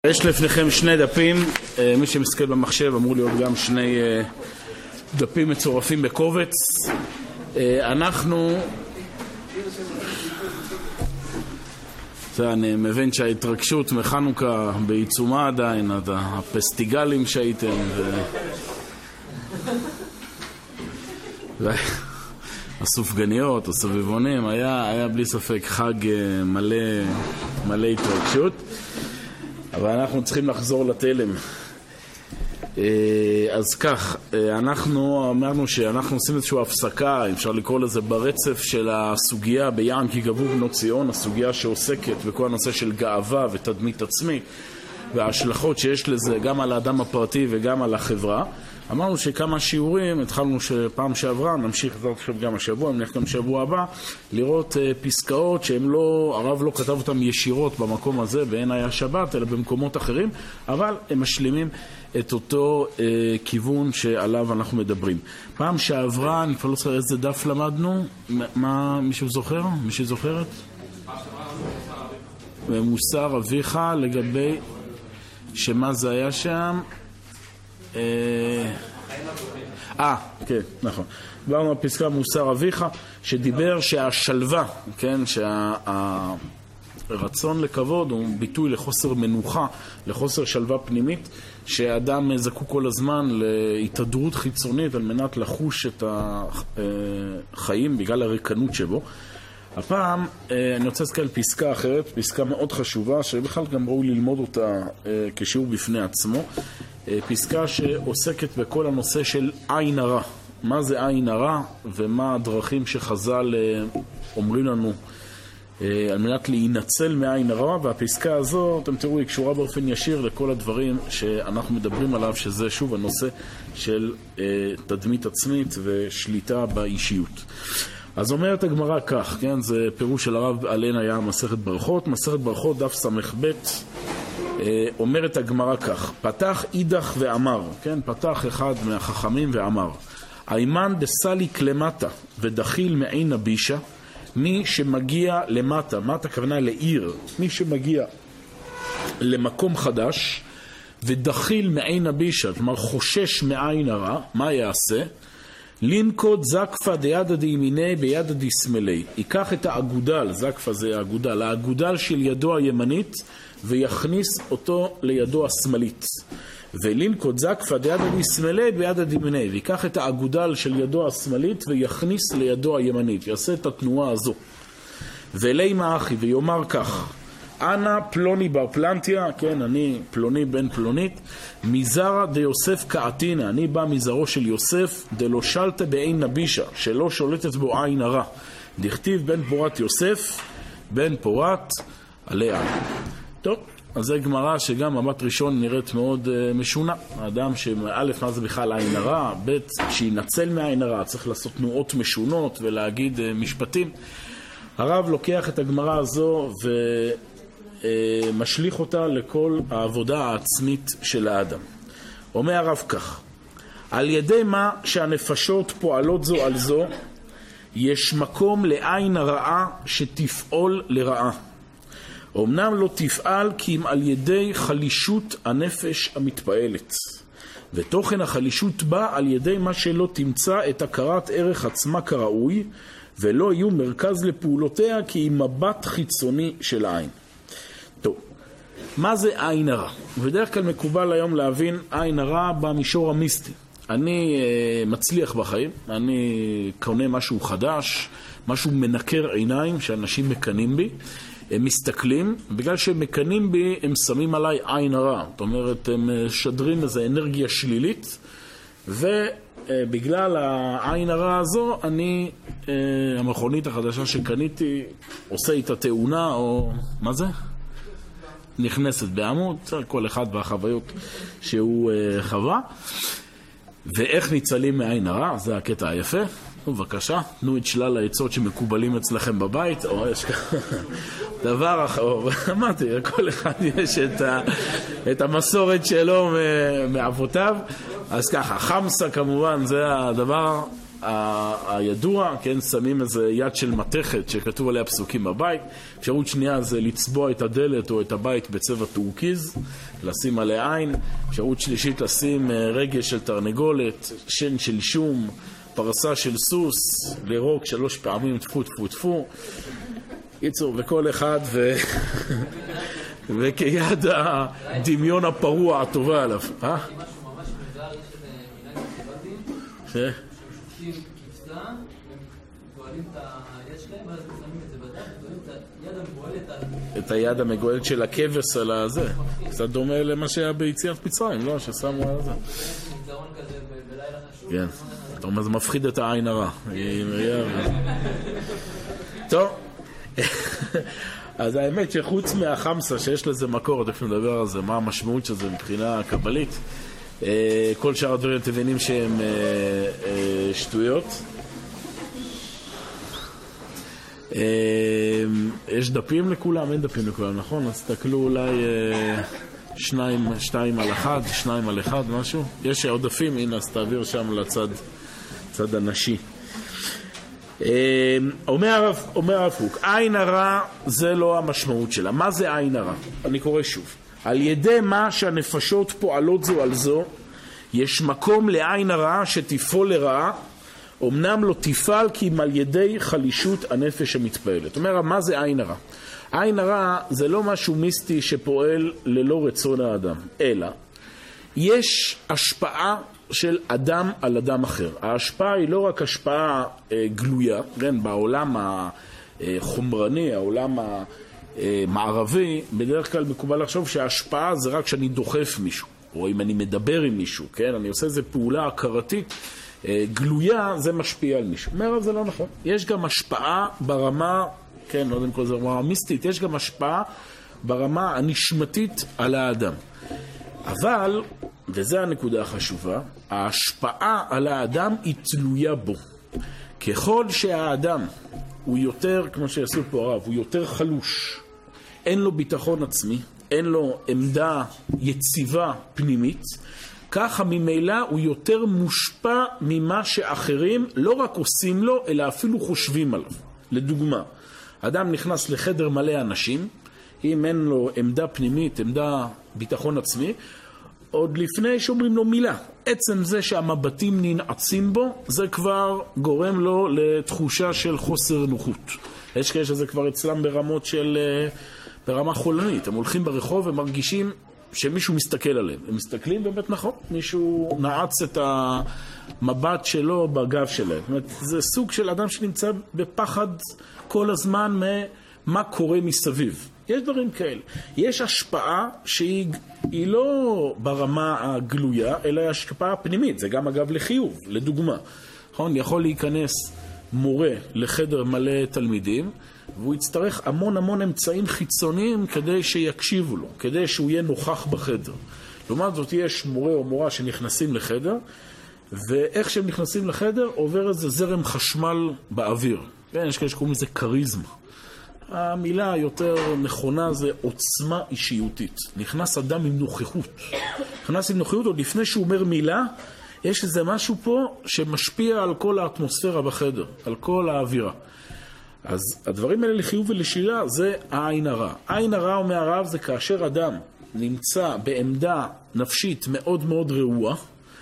יש לפניכם שני דפים, מי שמסתכל במחשב אמור להיות גם שני דפים מצורפים בקובץ. אני מבין שההתרגשות מחנוכה בעיצומה עדיין, הפסטיגלים שהייתם הסופגניות, הסובבונים, היה בלי ספק חג מלא התרגשות. אבל אנחנו צריכים לחזור לתלם. אז כך, אנחנו אמרנו שאנחנו עושים איזושהי הפסקה, אפשר לקרוא לזה ברצף של הסוגיה ביען כי גבו בנות ציון, הסוגיה שעוסקת בכל הנושא של גאווה ותדמית עצמית וההשלכות שיש לזה גם על האדם הפרטי וגם על החברה. אמרנו שכמה שיעורים, התחלנו שפעם שעברה, נמשיך גם השבוע, נלך גם שבוע הבא, לראות פסקאות שהם לא, הרב לא כתב אותם ישירות במקום הזה, ואין היה שבת, אלא במקומות אחרים, אבל הם משלימים את אותו כיוון שעליו אנחנו מדברים. פעם שעברה, אני כבר לא זוכר איזה דף למדנו, מה, מישהו זוכר? מישהו זוכרת? מוסר אביך לגבי שמה זה היה שם? כן, נכון. דיברנו על פסקה מוסר אביך, שדיבר שהשלווה, כן, שהרצון לכבוד הוא ביטוי לחוסר מנוחה, לחוסר שלווה פנימית, שהאדם זקוק כל הזמן להתהדרות חיצונית על מנת לחוש את החיים בגלל הריקנות שבו. הפעם אני רוצה להזכיר על פסקה אחרת, פסקה מאוד חשובה, שבכלל גם ראוי ללמוד אותה כשיעור בפני עצמו. פסקה שעוסקת בכל הנושא של עין הרע. מה זה עין הרע ומה הדרכים שחז"ל אומרים לנו על מנת להינצל מעין הרע, והפסקה הזו, אתם תראו, היא קשורה באופן ישיר לכל הדברים שאנחנו מדברים עליו, שזה שוב הנושא של תדמית עצמית ושליטה באישיות. אז אומרת הגמרא כך, כן, זה פירוש של הרב עלינו היה מסכת ברכות, מסכת ברכות דף ס"ב. אומרת הגמרא כך, פתח אידך ואמר, כן, פתח אחד מהחכמים ואמר, איימן דסליק למטה ודחיל מעין הבישה, מי שמגיע למטה, מה הכוונה לעיר, מי שמגיע למקום חדש ודחיל מעין הבישה, כלומר חושש מעין הרע, מה יעשה? לינקוד זקפה דידה דימיני בידה דיסמלי, ייקח את האגודל, זקפה זה האגודל, האגודל של ידו הימנית ויכניס אותו לידו השמאלית, ולינקוד זקפה דידה דיסמלי בידה דימיני, ויקח את האגודל של ידו השמאלית ויכניס לידו הימנית, יעשה את התנועה הזו. ולימה אחי ויאמר כך, אנא פלוני בר פלנטיה, כן, אני פלוני בן פלונית, מזרע דיוסף קעתינה, אני בא מזרעו של יוסף, דלא שלטה בעין נבישה, שלא שולטת בו עין הרע, דכתיב בן פורת יוסף, בן פורת עליה. טוב, אז זה גמרא שגם מבט ראשון נראית מאוד משונה. האדם שא' מה זה בכלל עין הרע, ב' שינצל מהעין הרע, צריך לעשות תנועות משונות ולהגיד משפטים. הרב לוקח את הגמרא הזו ומשליך אותה לכל העבודה העצמית של האדם. אומר הרב כך, על ידי מה שהנפשות פועלות זו על זו, יש מקום לעין הרעה שתפעול לרעה. אמנם לא תפעל כי אם על ידי חלישות הנפש המתפעלת, ותוכן החלישות בא על ידי מה שלא תמצא את הכרת ערך עצמה כראוי, ולא יהיו מרכז לפעולותיה כי היא מבט חיצוני של העין. טוב, מה זה עין הרע? בדרך כלל מקובל היום להבין עין הרע במישור המיסטי. אני מצליח בחיים, אני קונה משהו חדש, משהו מנקר עיניים שאנשים מקנים בי, הם מסתכלים, בגלל שהם מקנים בי הם שמים עליי עין הרע, זאת אומרת הם שדרים איזו אנרגיה שלילית, ובגלל העין הרע הזו אני, המכונית החדשה שקניתי עושה איתה תאונה, או מה זה? נכנסת בעמוד, כל אחד והחוויות שהוא חווה. ואיך ניצלים מעין הרע? זה הקטע היפה. בבקשה, תנו את שלל העצות שמקובלים אצלכם בבית, או יש ככה דבר אחר, אמרתי, כל אחד יש את המסורת שלו מאבותיו. אז ככה, חמסה כמובן זה הדבר הידוע, כן, שמים איזה יד של מתכת שכתוב עליה פסוקים בבית. אפשרות שנייה זה לצבוע את הדלת או את הבית בצבע טורקיז, לשים עליה עין. אפשרות שלישית לשים רגש של תרנגולת, שן של שום, פרסה של סוס, לירוק 3 פעמים, תפו תפו תפו. קיצור, וכל אחד וכיד הדמיון הפרוע הטובה עליו. ששופטים כבשה, הם פועלים את היד שלהם, ואז שמים את זה בדף, ופועלים את היד המגואלת של הכבש על הזה. קצת דומה למה שהיה ביציאת מצרים, לא? ששמו על זה. ניצרון כזה בלילה חשוב. כן. אתה אומר, זה מפחיד את העין הרע. טוב. אז האמת שחוץ מהחמסה שיש לזה מקור, תכף נדבר על זה, מה המשמעות של זה מבחינה קבלית, כל שאר הדברים אתם מבינים שהם שטויות. יש דפים לכולם? אין דפים לכולם, נכון? אז תסתכלו אולי 2 על 1, 2 על 1, משהו. יש עוד דפים, הנה, אז תעביר שם לצד הנשי. אומר הרב קוק, עין הרע זה לא המשמעות שלה. מה זה עין הרע? אני קורא שוב. על ידי מה שהנפשות פועלות זו על זו, יש מקום לעין הרע שתפעל לרעה, אמנם לא תפעל כי אם על ידי חלישות הנפש המתפעלת. אומר, מה זה עין הרע? עין הרע זה לא משהו מיסטי שפועל ללא רצון האדם, אלא יש השפעה של אדם על אדם אחר. ההשפעה היא לא רק השפעה גלויה, כן, בעולם החומרני, העולם המערבי, בדרך כלל מקובל לחשוב שההשפעה זה רק שאני דוחף מישהו, או אם אני מדבר עם מישהו, כן, אני עושה איזו פעולה הכרתית, גלויה, זה משפיע על מישהו. אומר, זה לא נכון. יש גם השפעה ברמה, כן, לא יודע אם כל זה ברמה מיסטית, יש גם השפעה ברמה הנשמתית על האדם. אבל, וזו הנקודה החשובה, ההשפעה על האדם היא תלויה בו. ככל שהאדם הוא יותר, כמו שעשו פה הרב, הוא יותר חלוש, אין לו ביטחון עצמי, אין לו עמדה יציבה פנימית, ככה ממילא הוא יותר מושפע ממה שאחרים לא רק עושים לו, אלא אפילו חושבים עליו. לדוגמה, אדם נכנס לחדר מלא אנשים, אם אין לו עמדה פנימית, עמדה ביטחון עצמי, עוד לפני שאומרים לו מילה. עצם זה שהמבטים ננעצים בו, זה כבר גורם לו לתחושה של חוסר נוחות. יש כאלה שזה כבר אצלם ברמות של, ברמה חולנית. הם הולכים ברחוב ומרגישים שמישהו מסתכל עליהם. הם מסתכלים באמת נכון, מישהו נעץ את המבט שלו בגב שלהם. זאת אומרת, זה סוג של אדם שנמצא בפחד כל הזמן מה קורה מסביב. יש דברים כאלה. יש השפעה שהיא לא ברמה הגלויה, אלא השפעה פנימית. זה גם אגב לחיוב, לדוגמה. נכון? יכול להיכנס מורה לחדר מלא תלמידים, והוא יצטרך המון אמצעים חיצוניים כדי שיקשיבו לו, כדי שהוא יהיה נוכח בחדר. לעומת זאת יש מורה או מורה שנכנסים לחדר, ואיך שהם נכנסים לחדר עובר איזה זרם חשמל באוויר. יש כאלה שקוראים לזה קריזמה. המילה היותר נכונה זה עוצמה אישיותית. נכנס אדם עם נוכחות. נכנס עם נוכחות עוד לפני שהוא אומר מילה, יש איזה משהו פה שמשפיע על כל האטמוספירה בחדר, על כל האווירה. אז הדברים האלה לחיוב ולשלילה זה העין הרע. העין הרע אומר הרב זה כאשר אדם נמצא בעמדה נפשית מאוד רעועה,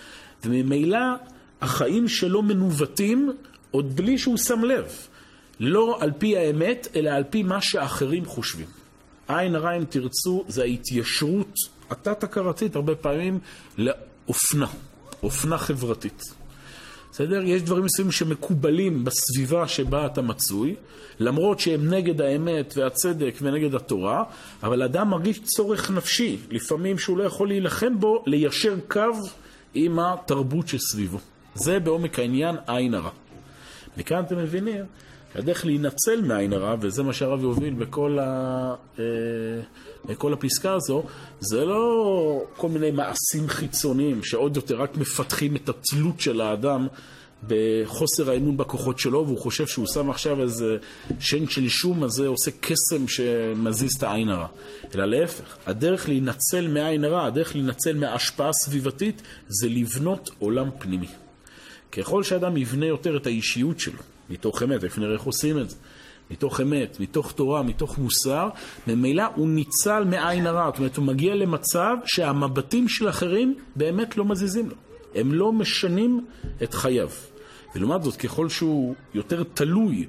וממילא החיים שלו מנווטים עוד בלי שהוא שם לב. לא על פי האמת, אלא על פי מה שאחרים חושבים. עין הרע, אם תרצו, זה ההתיישרות התת-הכרתית, הרבה פעמים לאופנה, אופנה חברתית. בסדר? יש דברים מסוימים שמקובלים בסביבה שבה אתה מצוי, למרות שהם נגד האמת והצדק ונגד התורה, אבל אדם מרגיש צורך נפשי, לפעמים שהוא לא יכול להילחם בו, ליישר קו עם התרבות שסביבו. זה בעומק העניין עין הרע. מכאן אתם מבינים, הדרך להינצל מעין הרע, וזה מה שהרב יוביל בכל הפסקה הזו, זה לא כל מיני מעשים חיצוניים שעוד יותר רק מפתחים את התלות של האדם בחוסר האמון בכוחות שלו, והוא חושב שהוא שם עכשיו איזה שן של שום, אז זה עושה קסם שמזיז את העין הרע. אלא להפך, הדרך להינצל מעין הרע, הדרך להינצל מההשפעה הסביבתית, זה לבנות עולם פנימי. ככל שאדם יבנה יותר את האישיות שלו, מתוך אמת, איפה נראה איך עושים את זה, מתוך אמת, מתוך תורה, מתוך מוסר, ממילא הוא ניצל מעין הרע. זאת אומרת, הוא מגיע למצב שהמבטים של אחרים באמת לא מזיזים לו. הם לא משנים את חייו. ולעומת זאת, ככל שהוא יותר תלוי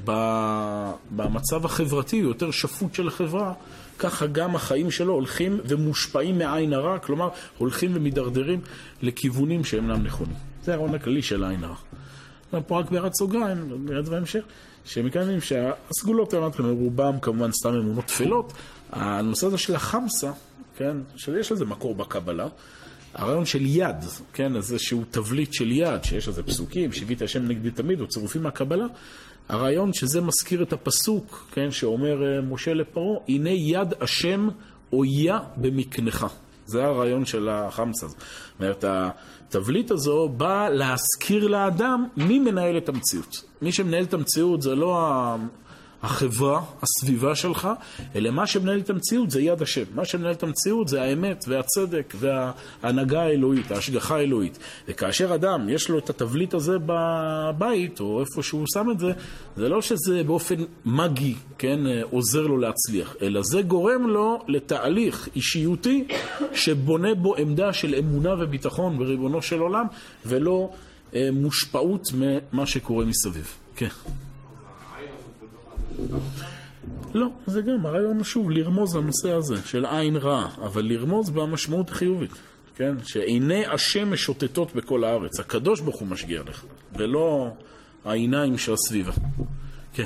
במצב החברתי, יותר שפוט של החברה, ככה גם החיים שלו הולכים ומושפעים מעין הרע, כלומר, הולכים ומדרדרים לכיוונים שאינם נכונים. זה הרעיון הכללי של העין הרע. פה רק בהערת סוגריים, נרד בהמשך, שמכאנים שהסגולות, רובם כמובן סתם אמונות תפילות, הנושא הזה של החמסה, כן, שיש לזה מקור בקבלה, הרעיון של יד, כן, איזשהו תבליט של יד, שיש לזה פסוקים, שיבית השם נגדי תמיד, או צירופים מהקבלה, הרעיון שזה מזכיר את הפסוק, כן, שאומר משה לפרעה, הנה יד השם אויה במקנך. זה הרעיון של החמסה הזה. זאת אומרת, התבליט הזו בא להזכיר לאדם מי מנהל את המציאות. מי שמנהל את המציאות זה לא החברה, הסביבה שלך, אלא מה שמנהל את המציאות זה יד השם. מה שמנהל את המציאות זה האמת והצדק וההנהגה האלוהית, ההשגחה האלוהית. וכאשר אדם יש לו את התבליט הזה בבית, או איפה שהוא שם את זה, זה לא שזה באופן מגי, כן, עוזר לו להצליח, אלא זה גורם לו לתהליך אישיותי שבונה בו עמדה של אמונה וביטחון בריבונו של עולם, ולא מושפעות ממה שקורה מסביב. כן. לא, זה גם הרעיון שוב, לרמוז לנושא הזה של עין רע, אבל לרמוז במשמעות החיובית, כן? שעיני השם משוטטות בכל הארץ, הקדוש ברוך הוא משגיע לך, ולא העיניים של הסביבה. כן.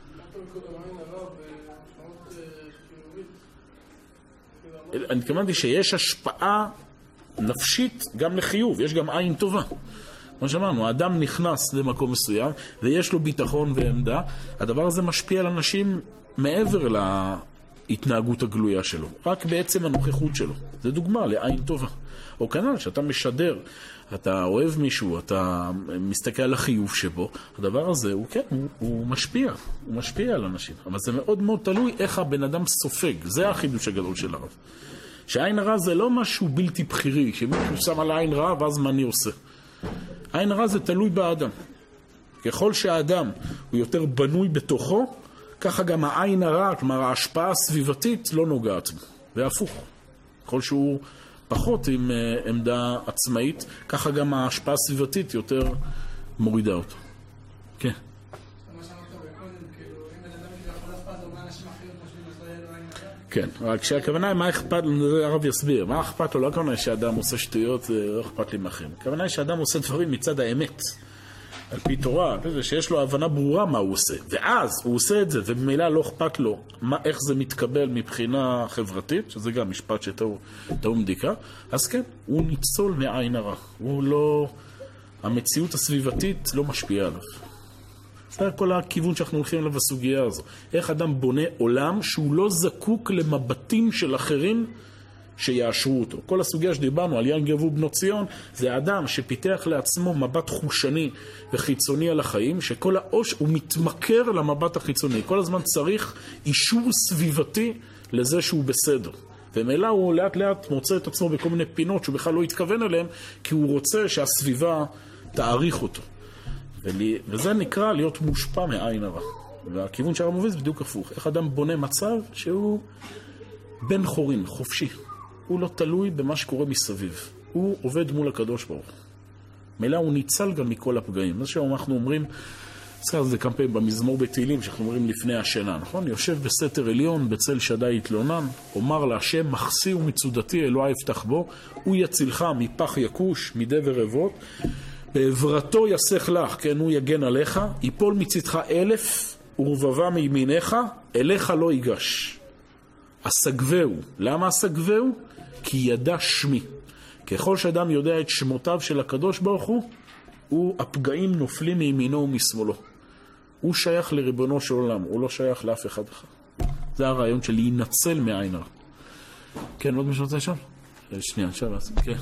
אני התכוונתי שיש השפעה נפשית גם לחיוב, יש גם עין טובה. כמו שאמרנו, האדם נכנס למקום מסוים ויש לו ביטחון ועמדה, הדבר הזה משפיע על אנשים מעבר להתנהגות הגלויה שלו, רק בעצם הנוכחות שלו. זה דוגמה לעין טובה. או כנ"ל, שאתה משדר, אתה אוהב מישהו, אתה מסתכל על החיוב שבו, הדבר הזה הוא כן, הוא משפיע על אנשים. אבל זה מאוד מאוד תלוי איך הבן אדם סופג, זה החידוש הגדול של הרב. שהעין הרע זה לא משהו בלתי בחירי, שמישהו שם על העין רע ואז מה אני עושה. עין הרע זה תלוי באדם. ככל שהאדם הוא יותר בנוי בתוכו, ככה גם העין הרע, כלומר ההשפעה הסביבתית לא נוגעת בו. והפוך. ככל שהוא פחות עם עמדה עצמאית, ככה גם ההשפעה הסביבתית יותר מורידה אותו. כן. כן, רק שהכוונה היא מה אכפת לו, הרב יסביר, מה אכפת לו, לא הכוונה שאדם עושה שטויות, לא אכפת לי מאחרים. הכוונה היא שאדם עושה דברים מצד האמת, על פי תורה, שיש לו הבנה ברורה מה הוא עושה, ואז הוא עושה את זה, ובמילה לא אכפת לו איך זה מתקבל מבחינה חברתית, שזה גם משפט שטעון בדיקה, אז כן, הוא ניצול מעין הרע, הוא לא, המציאות הסביבתית לא משפיעה עליו. זה כל הכיוון שאנחנו הולכים עליו בסוגיה הזו. איך אדם בונה עולם שהוא לא זקוק למבטים של אחרים שיאשרו אותו. כל הסוגיה שדיברנו על יין גבו בנות ציון, זה האדם שפיתח לעצמו מבט חושני וחיצוני על החיים, שכל העוש הוא מתמכר למבט החיצוני. כל הזמן צריך אישור סביבתי לזה שהוא בסדר. ומילא הוא לאט לאט מוצא את עצמו בכל מיני פינות שהוא בכלל לא התכוון אליהם, כי הוא רוצה שהסביבה תעריך אותו. וזה נקרא להיות מושפע מעין הרע. והכיוון שהרב מוביל זה בדיוק הפוך. איך אדם בונה מצב שהוא בן חורין, חופשי. הוא לא תלוי במה שקורה מסביב. הוא עובד מול הקדוש ברוך הוא. מילא הוא ניצל גם מכל הפגעים. זה שאנחנו אומרים, זכר זה כמה פעמים במזמור בתהילים שאנחנו אומרים לפני השינה, נכון? יושב בסתר עליון, בצל שדי יתלונן, אומר להשם מחסי ומצודתי אלוהי יפתח בו, הוא יצילך מפח יקוש, מדבר אבות, בעברתו יסך לך, כן, הוא יגן עליך, יפול מצדך 1000 ורבבה מימינך, אליך לא ייגש. הסגבהו. למה הסגבהו? כי ידע שמי. ככל שאדם יודע את שמותיו של הקדוש ברוך הוא, הפגעים נופלים מימינו ומשמאלו. הוא שייך לריבונו של עולם, הוא לא שייך לאף אחד אחר. זה הרעיון של להינצל מעין הרע. כן, עוד מישהו רוצה שם? שנייה, עכשיו, כן.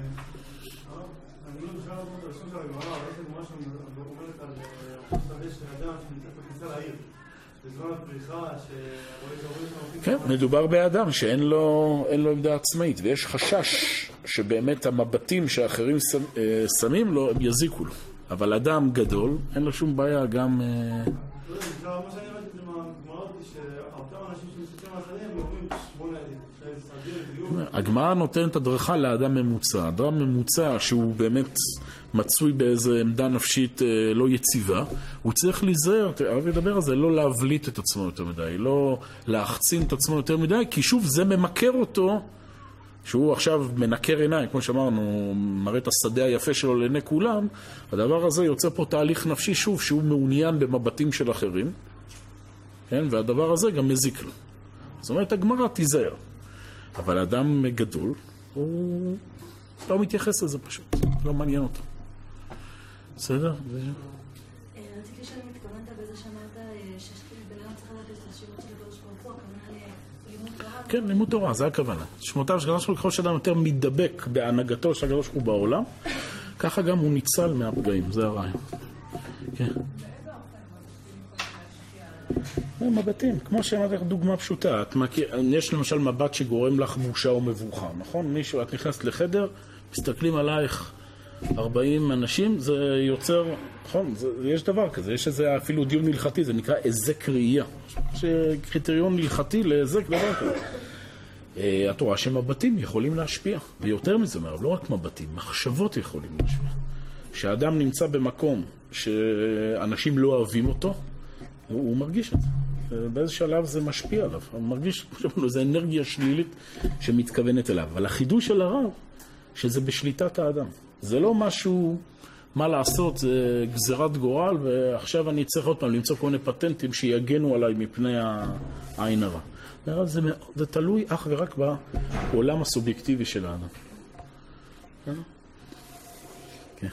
כן, מדובר באדם שאין לו עמדה עצמאית, ויש חשש שבאמת המבטים שאחרים שמים לו, הם יזיקו לו. אבל אדם גדול, אין לו שום בעיה גם... מה שאני ראיתי בגמרות היא שאותם אנשים שמסתכלים על חיים, הם אומרים 8 הגמרא נותנת הדרכה לאדם ממוצע. אדם ממוצע שהוא באמת מצוי באיזו עמדה נפשית לא יציבה, הוא צריך להיזהר, הרב ידבר על זה, לא להבליט את עצמו יותר מדי, לא להחצין את עצמו יותר מדי, כי שוב זה ממכר אותו, שהוא עכשיו מנקר עיניים, כמו שאמרנו, מראה את השדה היפה שלו לעיני כולם, הדבר הזה יוצא פה תהליך נפשי שוב, שהוא מעוניין במבטים של אחרים, כן? והדבר הזה גם מזיק לו. זאת אומרת, הגמרא תיזהר. אבל אדם גדול, הוא לא מתייחס לזה פשוט, לא מעניין אותו. בסדר? רציתי שאני מתכוונת בזה שאמרת בן אדם צריך לדעת את השירות של הקדוש ברוך הוא, הכוונה ללימוד תורה. כן, לימוד תורה, זה הכוונה. שמותיו של הקדוש ברוך הוא, ככל שאדם יותר מתדבק בהנהגתו של הקדוש ברוך הוא בעולם, ככה גם הוא ניצל מהפגעים, זה הרעיון. כן. מבטים, כמו שאמרת לך דוגמה פשוטה, יש למשל מבט שגורם לך בושה או מבוכה, נכון? מישהו, את נכנסת לחדר, מסתכלים עלייך 40 אנשים, זה יוצר, נכון? יש דבר כזה, יש איזה אפילו דיון הלכתי, זה נקרא היזק ראייה, שקריטריון הלכתי להיזק דבר כזה. התורה שמבטים יכולים להשפיע, ויותר מזה אומר, לא רק מבטים, מחשבות יכולים להשפיע. כשאדם נמצא במקום שאנשים לא אוהבים אותו, הוא מרגיש את זה. באיזה שלב זה משפיע עליו. הוא מרגיש, זה אנרגיה שלילית שמתכוונת אליו. אבל החידוש של הרב, שזה בשליטת האדם. זה לא משהו, מה לעשות, זה גזירת גורל, ועכשיו אני צריך עוד פעם למצוא כל מיני פטנטים שיגנו עליי מפני העין הרע. זה תלוי אך ורק בעולם הסובייקטיבי של האדם. כן.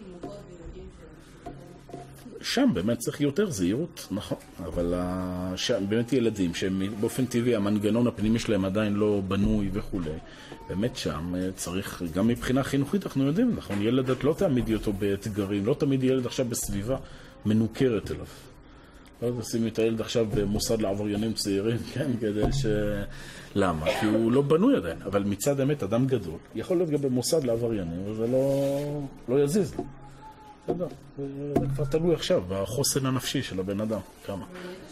שם באמת צריך יותר זהירות, נכון, אבל שם באמת ילדים שהם באופן טבעי המנגנון הפנימי שלהם עדיין לא בנוי וכו', באמת שם צריך, גם מבחינה חינוכית אנחנו יודעים, נכון, ילד את לא תעמידי אותו באתגרים, לא תמיד ילד עכשיו בסביבה מנוכרת אליו. לא תשימי את הילד עכשיו במוסד לעבריינים צעירים, כן, כדי למה? כי הוא לא בנוי עדיין, אבל מצד אמת אדם גדול, יכול להיות גם במוסד לעבריינים, וזה לא יזיז לו. זה כבר תלוי עכשיו בחוסן הנפשי של הבן אדם, כמה.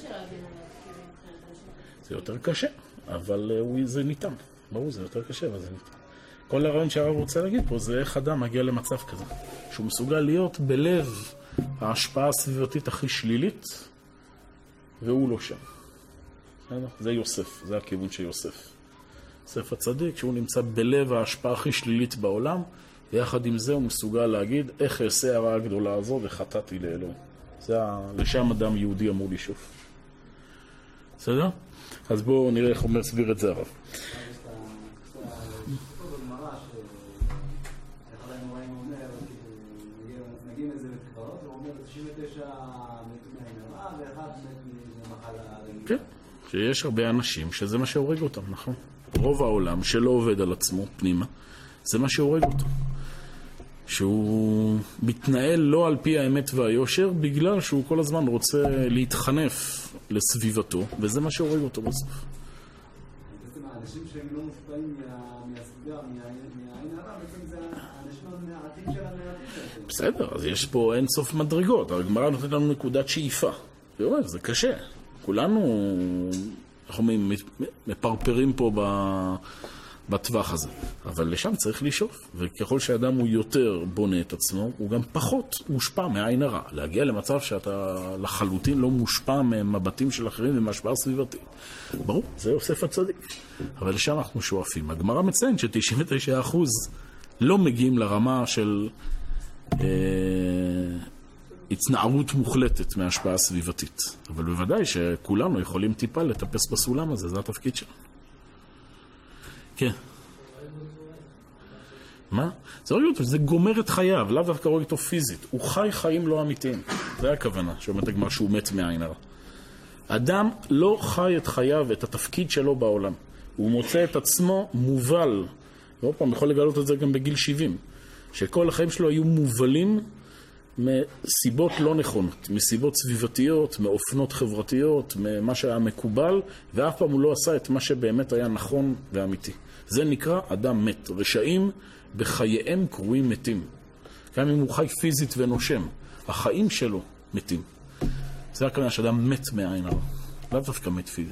זה יותר קשה, אבל זה ניתן. ברור, זה יותר קשה, אבל זה ניתן. כל הרעיון שהרב רוצה להגיד פה זה איך אדם מגיע למצב כזה, שהוא מסוגל להיות בלב ההשפעה הסביבתית הכי שלילית, והוא לא שם. זה יוסף, זה הכיוון של יוסף. יוסף הצדיק, שהוא נמצא בלב ההשפעה הכי שלילית בעולם, ויחד עם זה הוא מסוגל להגיד איך אעשה הרעה הגדולה הזו וחטאתי לאלוהים. לשם אדם יהודי אמור לשאוף. בסדר? אז בואו נראה איך אומר סביר את זה הרב. נגיד איזה בתקרות, הוא אומר 99 מתו מהמראה ואחד מת ממחלה רגילה. כן, שיש הרבה אנשים שזה מה שהורג אותם, נכון? רוב העולם שלא עובד על עצמו פנימה, זה מה שהורג אותו. שהוא מתנהל לא על פי האמת והיושר, בגלל שהוא כל הזמן רוצה להתחנף לסביבתו, וזה מה שהורג אותו בסוף. בעצם האנשים שהם לא מושפעים מהסביבה, מהעין הרע, בעצם זה האנשים המעטים של המעטים. בסדר, אז יש פה אין סוף מדרגות. הגמרא נותנת לנו נקודת שאיפה. זה קשה. כולנו, אנחנו מפרפרים פה בטווח הזה. אבל לשם צריך לשאוף. וככל שאדם הוא יותר בונה את עצמו, הוא גם פחות מושפע מהעין הרע. להגיע למצב שאתה לחלוטין לא מושפע ממבטים של אחרים ומהשפעה סביבתית. ברור, זה יוסף הצדיק. אבל לשם אנחנו שואפים. הגמרא מציין ש99% לא מגיעים לרמה של התנערות מוחלטת מההשפעה הסביבתית. אבל בוודאי שכולנו יכולים טיפה לטפס בסולם הזה, זה התפקיד שלנו. כן. מה? זה לא יותר, זה גומר את חייו, לאו דווקא רואה איתו פיזית. הוא חי חיים לא אמיתיים. זה הכוונה, שאומרת הגמרא שהוא מת מהעין הרע. אדם לא חי את חייו, את התפקיד שלו בעולם. הוא מוצא את עצמו מובל. ועוד פעם, יכול לגלות את זה גם בגיל 70. שכל החיים שלו היו מובלים מסיבות לא נכונות, מסיבות סביבתיות, מאופנות חברתיות, ממה שהיה מקובל, ואף פעם הוא לא עשה את מה שבאמת היה נכון ואמיתי. זה נקרא אדם מת. רשעים בחייהם קרויים מתים. גם אם הוא חי פיזית ונושם, החיים שלו מתים. זה הכוונה שאדם מת מעין הרע. לא דווקא מת פיזי.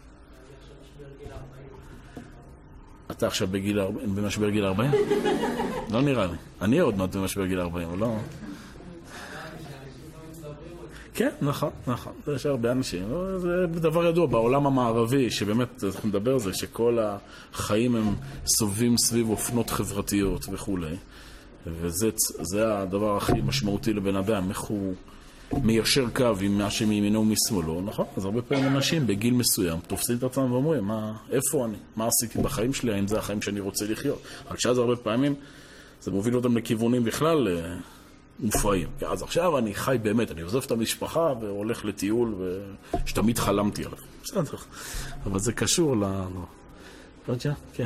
אתה עכשיו במשבר גיל 40? לא נראה לי. אני עוד מעט במשבר גיל 40, אבל לא... כן, נכון. יש הרבה אנשים. זה דבר ידוע בעולם המערבי, שבאמת, אנחנו נדבר על זה, שכל החיים הם סובבים סביב אופנות חברתיות וכו'. וזה הדבר הכי משמעותי לבן אדם, איך הוא מיישר קו עם מה שמימינו ומשמאלו, נכון? אז הרבה פעמים אנשים בגיל מסוים תופסים את עצמם ואומרים, איפה אני? מה עשיתי בחיים שלי? האם זה החיים שאני רוצה לחיות? רק שאז הרבה פעמים זה מוביל אותם לכיוונים בכלל מופרעים. אז עכשיו אני חי באמת, אני עוזב את המשפחה והולך לטיול שתמיד חלמתי עליו. בסדר. אבל זה קשור ל... רוג'ה? כן.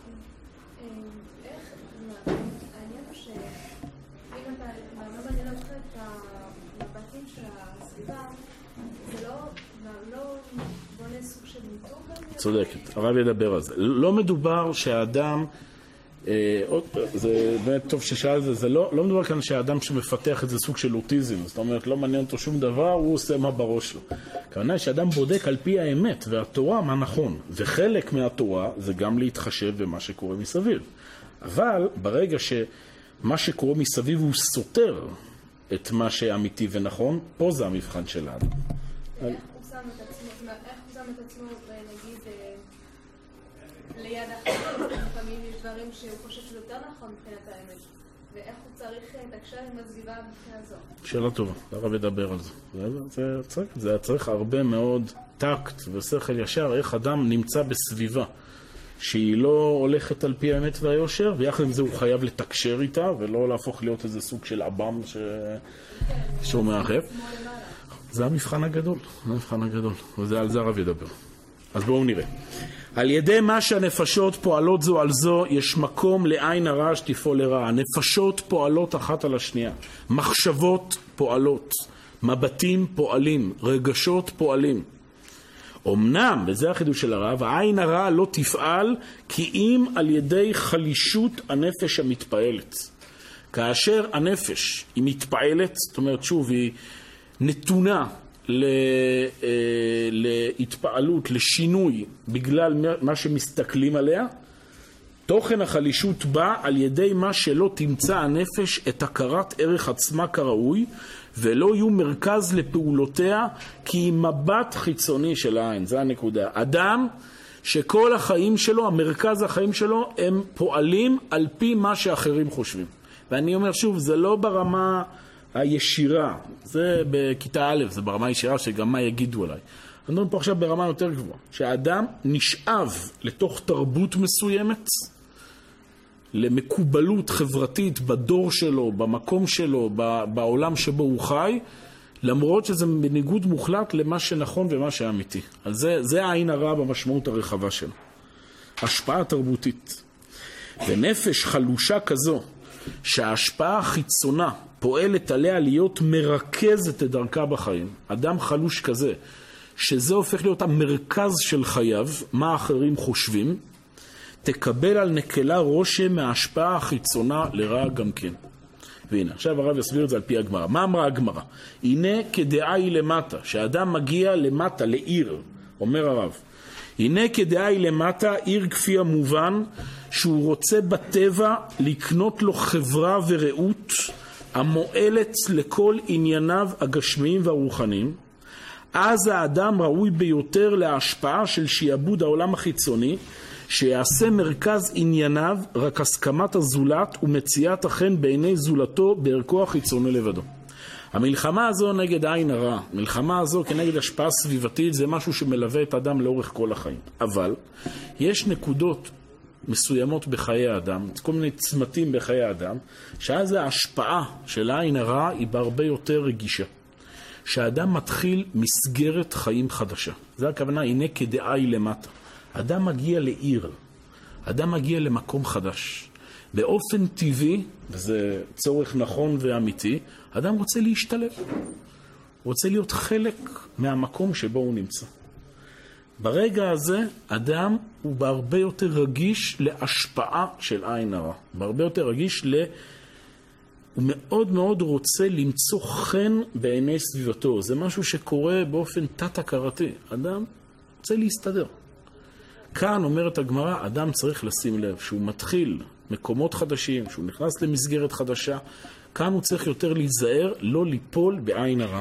צודקת, הרב ידבר על זה. לא מדובר שהאדם, זה באמת טוב ששאל את זה, לא מדובר כאן שהאדם שמפתח את זה סוג של אוטיזם, זאת אומרת, לא מעניין אותו שום דבר, הוא עושה מה בראש שלו. כוונה שהאדם בודק על פי האמת והתורה מה נכון, וחלק מהתורה זה גם להתחשב במה שקורה מסביב. אבל ברגע שמה שקורה מסביב הוא סותר את מה שאמיתי ונכון, פה זה המבחן של האדם. איך הוא שם את עצמו, נגיד, ליד אחרים, לפעמים יש דברים שהוא חושב שזה יותר נכון מבחינת האמת, ואיך הוא צריך לתקשר עם הסביבה מבחינה זו? שאלה טובה, הרב ידבר על זה. זה צריך הרבה מאוד טקט ושכל ישר, איך אדם נמצא בסביבה שהיא לא הולכת על פי האמת והיושר, ויחד עם זה הוא חייב לתקשר איתה, ולא להפוך להיות איזה סוג של אב"ם שהוא מאחר. זה המבחן הגדול, וזה על זה הרב ידבר. אז בואו נראה. על ידי מה שהנפשות פועלות זו על זו, יש מקום לעין הרע שתפעול לרע. הנפשות פועלות אחת על השנייה. מחשבות פועלות, מבטים פועלים, רגשות פועלים. אמנם, וזה החידוש של הרב, העין הרע לא תפעל כי אם על ידי חלישות הנפש המתפעלת. כאשר הנפש היא מתפעלת, זאת אומרת שוב, היא נתונה להתפעלות, לשינוי בגלל מה שמסתכלים עליה, תוכן החלישות בא על ידי מה שלא תמצא הנפש את הכרת ערך עצמה כראוי, ולא יהיו מרכז לפעולותיה כי היא מבט חיצוני של העין. זה הנקודה. אדם שכל החיים שלו, המרכז החיים שלו, הם פועלים על פי מה שאחרים חושבים. ואני אומר שוב, זה לא ברמה הישירה, זה בכיתה א', זה ברמה הישירה שגם מה יגידו עליי. אני מדבר פה עכשיו ברמה יותר גבוהה, שהאדם נשאב לתוך תרבות מסוימת, למקובלות חברתית בדור שלו, במקום שלו, בעולם שבו הוא חי, למרות שזה בניגוד מוחלט למה שנכון ומה שאמיתי. אז זה העין הרע במשמעות הרחבה שלו. השפעה תרבותית. ונפש חלושה כזו, שההשפעה החיצונה פועלת עליה להיות מרכזת את דרכה בחיים. אדם חלוש כזה, שזה הופך להיות המרכז של חייו, מה האחרים חושבים, תקבל על נקלה רושם מההשפעה החיצונה לרע גם כן. והנה, עכשיו הרב יסביר את זה על פי הגמרא. מה אמרה הגמרא? הנה כדעה היא למטה, שהאדם מגיע למטה, לעיר, אומר הרב. הנה כדעה היא למטה, עיר כפי המובן, שהוא רוצה בטבע לקנות לו חברה ורעות, המועלת לכל ענייניו הגשמיים והרוחניים. אז האדם ראוי ביותר להשפעה של שיעבוד העולם החיצוני, שיעשה מרכז ענייניו רק הסכמת הזולת ומציאת החן בעיני זולתו בערכו החיצוני לבדו. המלחמה הזו נגד עין הרע, מלחמה הזו כנגד השפעה סביבתית, זה משהו שמלווה את האדם לאורך כל החיים. אבל יש נקודות מסוימות בחיי האדם, כל מיני צמתים בחיי האדם, שאז ההשפעה של העין הרע היא בהרבה יותר רגישה. שהאדם מתחיל מסגרת חיים חדשה. זה הכוונה, הנה כדעה היא למטה. אדם מגיע לעיר, אדם מגיע למקום חדש. באופן טבעי, וזה צורך נכון ואמיתי, אדם רוצה להשתלב. הוא רוצה להיות חלק מהמקום שבו הוא נמצא. ברגע הזה, אדם הוא בהרבה יותר רגיש להשפעה של עין הרע. בהרבה יותר רגיש הוא מאוד מאוד רוצה למצוא חן בעיני סביבתו. זה משהו שקורה באופן תת-הכרתי. אדם רוצה להסתדר. כאן אומרת הגמרא, אדם צריך לשים לב שהוא מתחיל מקומות חדשים, שהוא נכנס למסגרת חדשה, כאן הוא צריך יותר להיזהר, לא ליפול בעין הרע.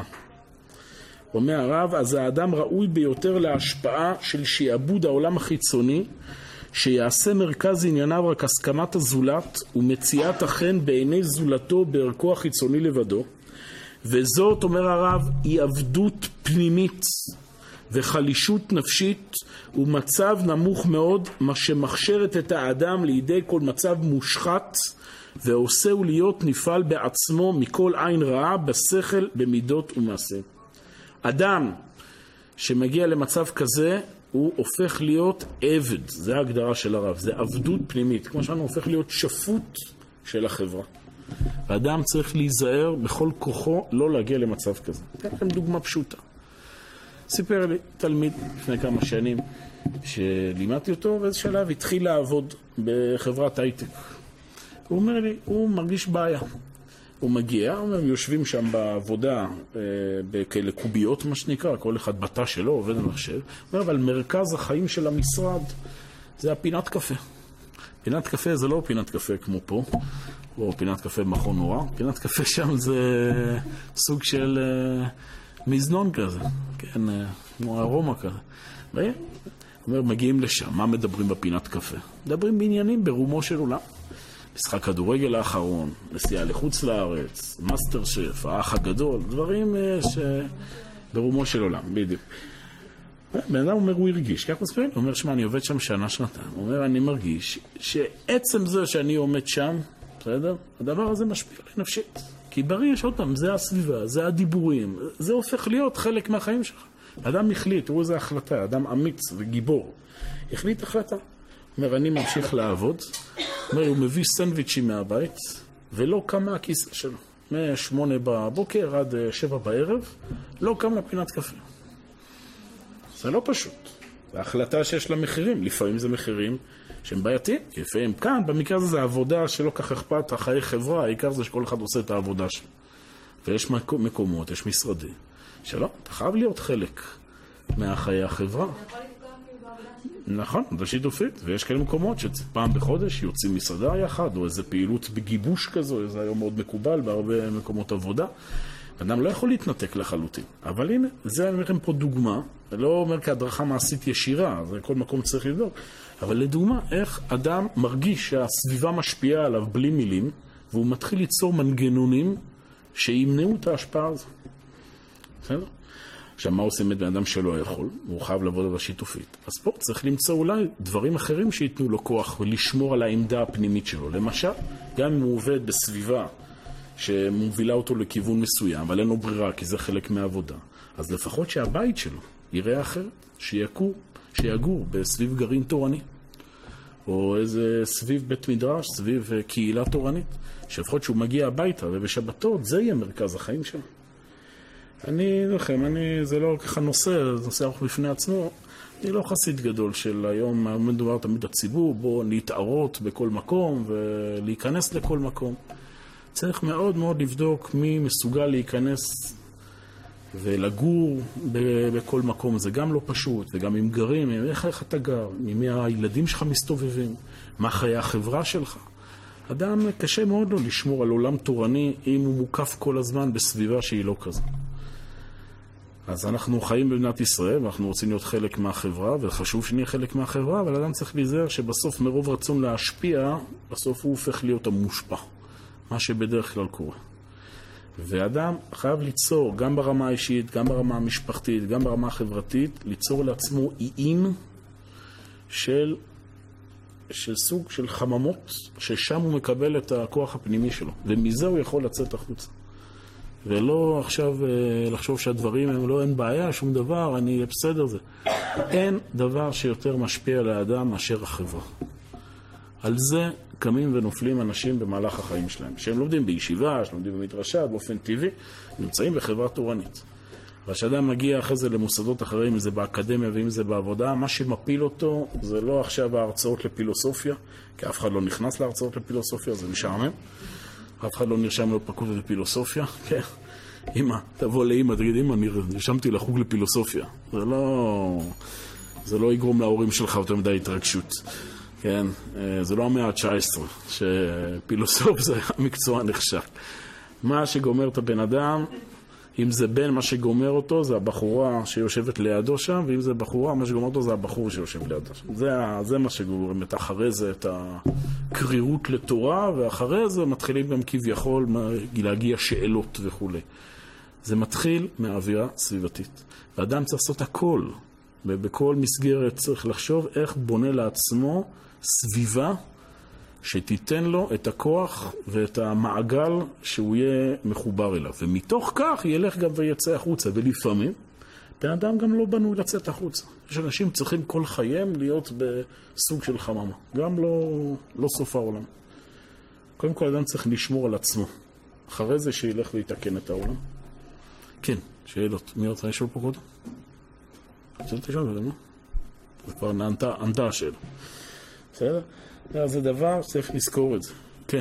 אומר הרב, אז האדם ראוי ביותר להשפעה של שיעבוד העולם החיצוני, שיעשה מרכז ענייניו רק הסכמת הזולת ומציאת החן בעיני זולתו בערכו החיצוני לבדו, וזאת, אומר הרב, היא עבדות פנימית וחלישות נפשית ומצב נמוך מאוד, מה שמכשירת את האדם לידי כל מצב מושחת ועושהו להיות נפעל בעצמו מכל עין רעה בשכל, במידות ומעשה. אדם שמגיע למצב כזה הוא הופך להיות עבד, זה ההגדרה של הרב, זה עבדות פנימית, כמו שאנו הופך להיות שפוט של החברה. האדם צריך להיזהר בכל כוחו לא להגיע למצב כזה. אתן לכם דוגמה פשוטה. סיפר לי תלמיד לפני כמה שנים שלימדתי אותו, באיזה שלב התחיל לעבוד בחברת הייטק. הוא אומר לי, הוא מרגיש בעיה. הוא מגיע, הם יושבים שם בעבודה בכאלה קוביות, מה שנקרא, כל אחד בתא שלו עובד על מחשב. אבל מרכז החיים של המשרד זה הפינת קפה. פינת קפה זה לא פינת קפה כמו פה, או פינת קפה במכון נורא. פינת קפה שם זה סוג של מזנון כזה, כן, כמו ארומה כזה. אומר, מגיעים לשם, מה מדברים בפינת קפה? מדברים בעניינים ברומו של עולם. משחק כדורגל האחרון, נסיעה לחוץ לארץ, מאסטר שף, האח הגדול, דברים שברומו של עולם, בדיוק. בן אדם אומר, הוא הרגיש, כך מספרים? הוא אומר, שמה, אני עובד שם שנה, שנתיים. הוא אומר, אני מרגיש שעצם זה שאני עומד שם, בסדר? הדבר הזה משפיע עלי נפשית. כי בריא יש עוד פעם, זה הסביבה, זה הדיבורים, זה הופך להיות חלק מהחיים שלך. אדם החליט, הוא איזה החלטה, אדם אמיץ וגיבור. החליט החלטה. אומר, אני ממשיך לעבוד. אומר, הוא מביא סנדוויצ'ים מהבית, ולא קם מהכיסא שלו. מ-8 בבוקר עד 7 בערב, לא קם לפינת קפה. זה לא פשוט. זה החלטה שיש לה מחירים. לפעמים זה מחירים שהם בעייתיים. לפעמים כאן, במקרה הזה זה העבודה שלא כך אכפת, החיי חברה, העיקר זה שכל אחד עושה את העבודה שלו. ויש מקומות, יש משרדים. שלא, אתה חייב להיות חלק מהחיי החברה. נכון, זה שיתופית, ויש כאלה מקומות שפעם בחודש יוצאים מסעדה יחד, או איזו פעילות בגיבוש כזו, זה היום מאוד מקובל בהרבה מקומות עבודה. אדם לא יכול להתנתק לחלוטין. אבל הנה, זה אני אומר לכם פה דוגמה, לא אומר כהדרכה מעשית ישירה, זה כל מקום צריך לבדוק, אבל לדוגמה, איך אדם מרגיש שהסביבה משפיעה עליו בלי מילים, והוא מתחיל ליצור מנגנונים שימנעו את ההשפעה הזו. בסדר? עכשיו, מה עושים את בן אדם שלא יכול? הוא חייב לעבוד על השיתופית. אז פה צריך למצוא אולי דברים אחרים שיתנו לו כוח ולשמור על העמדה הפנימית שלו. למשל, גם אם הוא עובד בסביבה שמובילה אותו לכיוון מסוים, אבל אין לו ברירה, כי זה חלק מהעבודה, אז לפחות שהבית שלו יראה אחרת, שיגור בסביב גרעין תורני, או איזה סביב בית מדרש, סביב קהילה תורנית, שלפחות שהוא מגיע הביתה ובשבתות, זה יהיה מרכז החיים שלו. זה לא ככה נושא, זה נושא ארוך בפני עצמו. אני לא חסיד גדול של היום, מדובר תמיד הציבור, בוא להתערות בכל מקום ולהיכנס לכל מקום. צריך מאוד מאוד לבדוק מי מסוגל להיכנס ולגור בכל מקום. זה גם לא פשוט, וגם עם גרים, איך אתה גר, מי הילדים שלך מסתובבים, מה חיי החברה שלך. אדם קשה מאוד לו לשמור על עולם תורני אם הוא מוקף כל הזמן בסביבה שהיא לא כזו. אז אנחנו חיים במדינת ישראל, ואנחנו רוצים להיות חלק מהחברה, וחשוב שנהיה חלק מהחברה, אבל אדם צריך להיזהר שבסוף מרוב רצון להשפיע, בסוף הוא הופך להיות המושפע, מה שבדרך כלל קורה. ואדם חייב ליצור, גם ברמה האישית, גם ברמה המשפחתית, גם ברמה החברתית, ליצור לעצמו איים של סוג של חממות, ששם הוא מקבל את הכוח הפנימי שלו, ומזה הוא יכול לצאת החוצה. ולא עכשיו לחשוב שהדברים הם לא, אין בעיה, שום דבר, אני בסדר זה. אין דבר שיותר משפיע על האדם מאשר החברה. על זה קמים ונופלים אנשים במהלך החיים שלהם. שהם לומדים בישיבה, שלומדים במדרשה, באופן טבעי, נמצאים בחברה תורנית. והשאדם מגיע אחרי זה למוסדות אחרים, אם זה באקדמיה ואם זה בעבודה, מה שמפיל אותו זה לא עכשיו ההרצאות לפילוסופיה, כי אף אחד לא נכנס להרצאות לפילוסופיה, זה משעמם. אף אחד לא נרשם לפקולטה לפילוסופיה, כן. אמא, תבוא לאמא, תגיד, אמא, נרשמתי לחוג לפילוסופיה. זה לא יגרום להורים שלך יותר מדי התרגשות. כן, זה לא המאה ה-19, שפילוסוף זה המקצוע נחשב. מה שגומר את הבן אדם, אם זה בן, מה שגומר אותו זה הבחורה שיושבת לידו שם, ואם זה בחורה, מה שגומר אותו זה הבחור שיושב לידו שם. זה מה שגומר, אחרי זה את הקרירות לתורה, ואחרי זה מתחילים גם כביכול להגיע שאלות וכו'. זה מתחיל מהאווירה סביבתית. ואדם צריך לעשות הכל. ובכל מסגרת צריך לחשוב איך בונה לעצמו סביבה שתיתן לו את הכוח ואת המעגל שהוא יהיה מחובר אליו. ומתוך כך ילך גם ויצא החוצה. ולפעמים, בן אדם גם לא בנוי לצאת החוצה. יש אנשים צריכים כל חייהם להיות בסוג של חממה. גם לא סוף העולם. קודם כל, אדם צריך לשמור על עצמו. אחרי זה שילך ויתקן את העולם. כן, שאלות. מי רוצה לשאול פה קודם? רוצה לשאול קודם, לא? זה כבר ענתה השאלה. בסדר? זה דבר שצריך לזכור את זה. כן.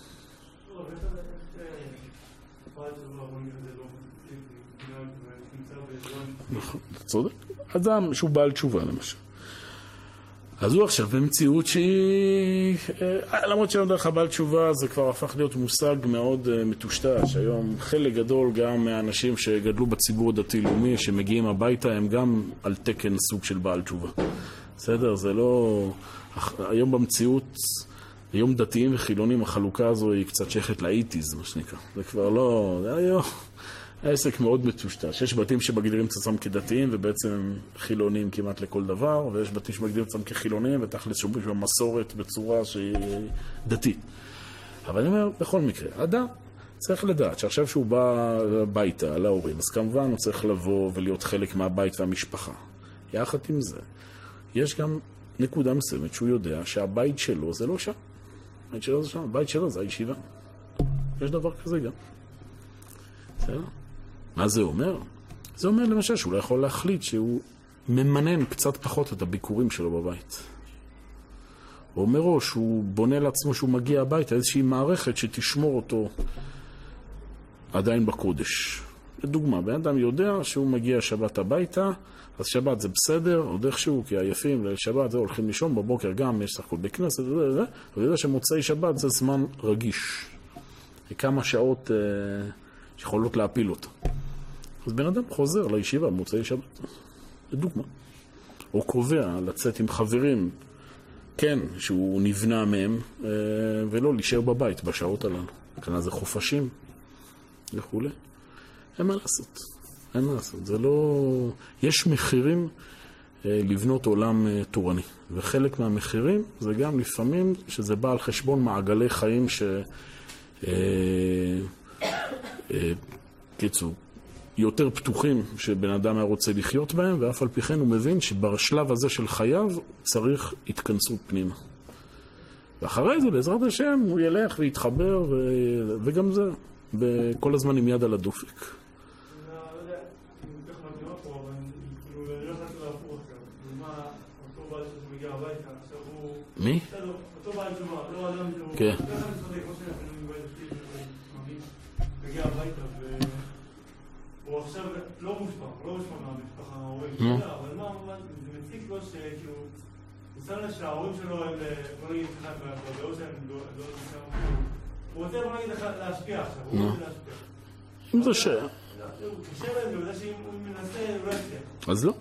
נכון, אתה צודק. אדם שהוא בעל תשובה למשל. אז הוא עכשיו במציאות שהיא, למרות שלא דרך הבעל תשובה זה כבר הפך להיות מושג מאוד מטושטש. היום חלק גדול גם מהאנשים שגדלו בציבור הדתי-לאומי שמגיעים הביתה הם גם על תקן סוג של בעל תשובה. בסדר? זה לא... היום במציאות, היום דתיים וחילונים, החלוקה הזו היא קצת שייכת לאיטיז, מה שנקרא. זה כבר לא... זה היום... העסק מאוד מטושטש. יש בתים שמגדירים את עצמם כדתיים ובעצם הם חילונים כמעט לכל דבר, ויש בתים שמגדירים את עצמם כחילונים ותכלס שומעים במסורת בצורה שהיא דתית. אבל אני אומר, בכל מקרה, אדם צריך לדעת שעכשיו שהוא בא הביתה להורים, אז כמובן הוא צריך לבוא ולהיות חלק מהבית והמשפחה. יחד עם זה, יש גם נקודה מסוימת שהוא יודע שהבית שלו זה לא שם. הבית שלו זה שם, הבית שלו זה הישיבה. יש דבר כזה גם. בסדר? מה זה אומר? זה אומר למשל שהוא לא יכול להחליט שהוא ממנן קצת פחות את הביקורים שלו בבית. הוא אומר לו שהוא בונה לעצמו שהוא מגיע הביתה, איזושהי מערכת שתשמור אותו עדיין בקודש. לדוגמה, בן אדם יודע שהוא מגיע שבת הביתה, אז שבת זה בסדר, עוד איכשהו, כי עייפים לשבת זה הולכים לישון, בבוקר גם יש סך הכל בכנסת, אבל יודע שמוצאי שבת זה זמן רגיש. כמה שעות שיכולות להפיל אותו. אז בן אדם חוזר לישיבה מוצאי שבת. לדוגמה. או קובע לצאת עם חברים, כן, שהוא נבנה מהם, ולא להישאר בבית בשעות הללו. כאן זה חופשים וכו'. אין מה לעשות. אין מה לעשות. זה לא... יש מחירים לבנות עולם תורני. וחלק מהמחירים זה גם לפעמים שזה בא על חשבון מעגלי חיים קיצור, יותר פתוחים שבן אדם היה רוצה לחיות בהם, ואף על פי כן הוא מבין שבשלב הזה של חייו צריך התכנסות פנימה. ואחרי זה, בעזרת השם, הוא ילך ויתחבר, וגם זה, כל הזמן עם יד על הדופק. אני לא יודע אם כך מגיע פה, אבל כאילו, אני לא חושב להפוך עכשיו. דוגמה, אותו בעל שמגיע הביתה, עכשיו הוא... מי? אותו בעל תשובה, לא אדם שהוא... כן. מגיע הביתה והוא עכשיו לא מושפע מהמשפחה ההורים שלו, אבל מה, זה מציק לו שכאילו, הוא שם לה שההורים שלו הם, בוא נגיד חד מהפרדאות שהם לא נשאר, הוא רוצה בוא נגיד להשפיע עכשיו, הוא רוצה להשפיע. אם זה הוא קשה להם, הוא יודע שאם הוא מנסה, הוא לא יצליח. אז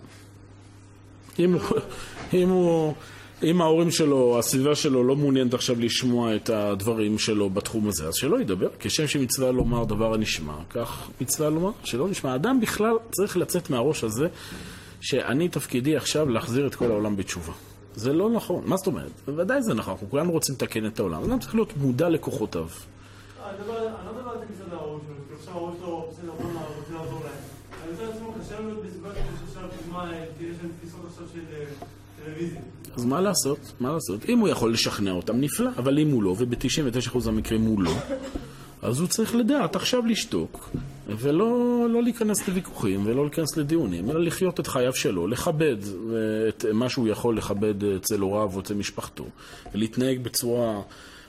לא. אם ההורים שלו, הסביבה שלו לא מעוניינת עכשיו לשמוע את הדברים שלו בתחום הזה, אז שלא ידבר. כשם שמצווה לומר דבר הנשמע, כך מצווה לומר שלא נשמע. האדם בכלל צריך לצאת מהראש הזה שאני תפקידי עכשיו להחזיר את כל העולם בתשובה. זה לא נכון. מה זאת אומרת? ודאי זה נכון. אנחנו כולנו רוצים לתקן את העולם. האדם צריך להיות מודע לכוחותיו. אני לא מדבר על זה מצד ההורים שלו, כי עכשיו ההורים שלו רוצה לעזור להם. אני רוצה לעצמו קשה להיות בסביבה שעכשיו תגמה, תהיה שם תפיסות עכשיו של טלוויזיה. אז מה לעשות? מה לעשות? אם הוא יכול לשכנע אותם, נפלא, אבל אם הוא לא, וב-99% המקרים הוא לא, אז הוא צריך לדעת עכשיו לשתוק, ולא להיכנס לוויכוחים, ולא להיכנס לדיונים, אלא לחיות את חייו שלו, לכבד את מה שהוא יכול לכבד אצל הוריו או אצל משפחתו, ולהתנהג בצורה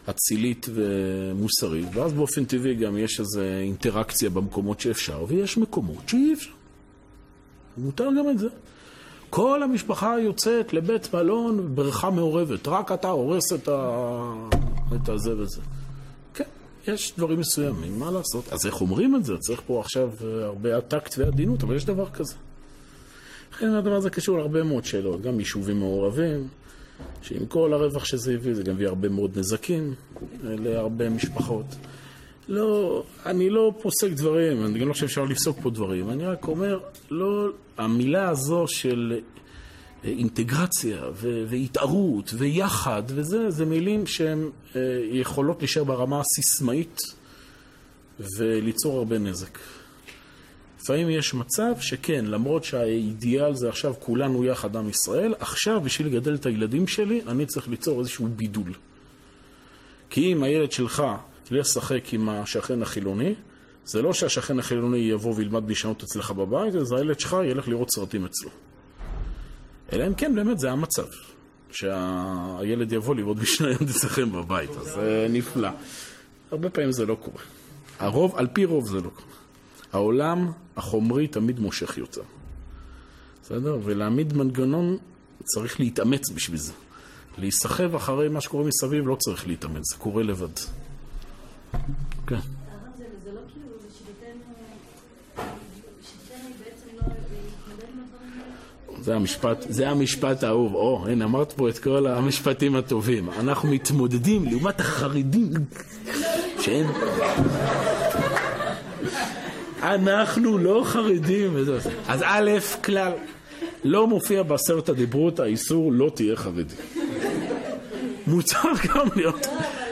אצילית ומוסרית, ואז באופן טבעי גם יש איזו אינטראקציה במקומות שאפשר, ויש מקומות שאי אפשר. מותר גם את זה. כל המשפחה יוצאת לבית מלון, בריכה מעורבת, רק אתה הורס את הזה וזה. כן, יש דברים מסוימים, מה לעשות? אז איך אומרים את זה? צריך פה עכשיו הרבה טקט ועדינות, אבל יש דבר כזה. לכן הדבר הזה קשור להרבה מאוד שאלות, גם יישובים מעורבים, שעם כל הרווח שזה הביא, זה גם הביא הרבה מאוד נזקים להרבה משפחות. לא, אני לא פוסק דברים, אני גם לא חושב שאפשר לפסוק פה דברים, אני רק אומר, לא, המילה הזו של אינטגרציה והתערות ויחד וזה, זה מילים שהן יכולות להישאר ברמה הסיסמאית וליצור הרבה נזק. לפעמים יש מצב שכן, למרות שהאידיאל זה עכשיו כולנו יחד עם ישראל, עכשיו בשביל לגדל את הילדים שלי, אני צריך ליצור איזשהו בידול. כי אם הילד שלך לשחק עם השכן החילוני, זה לא שהשכן החילוני יבוא וילמד לשנות אצלך בבית, אז הילד שלך ילך לראות סרטים אצלו. אלא אם כן, באמת זה המצב. שהילד יבוא לראות בשניים אצלכם בבית, אז זה נפלא. הרבה פעמים זה לא קורה. הרוב, על פי רוב זה לא קורה. העולם החומרי תמיד מושך יותר. בסדר? ולהעמיד מנגנון צריך להתאמץ בשביל זה. להיסחב אחרי מה שקורה מסביב לא צריך להתאמץ, זה קורה לבד. כן. זה לא כאילו, שיטתנו בעצם לא להתמודד עם הדברים האלה? זה המשפט האהוב. הנה, אמרת פה את כל המשפטים הטובים. אנחנו מתמודדים לעומת החרדים שהם... אנחנו לא חרדים. אז א', כלל, לא מופיע בעשרת הדיברות האיסור לא תהיה חרדי. מותר גם להיות...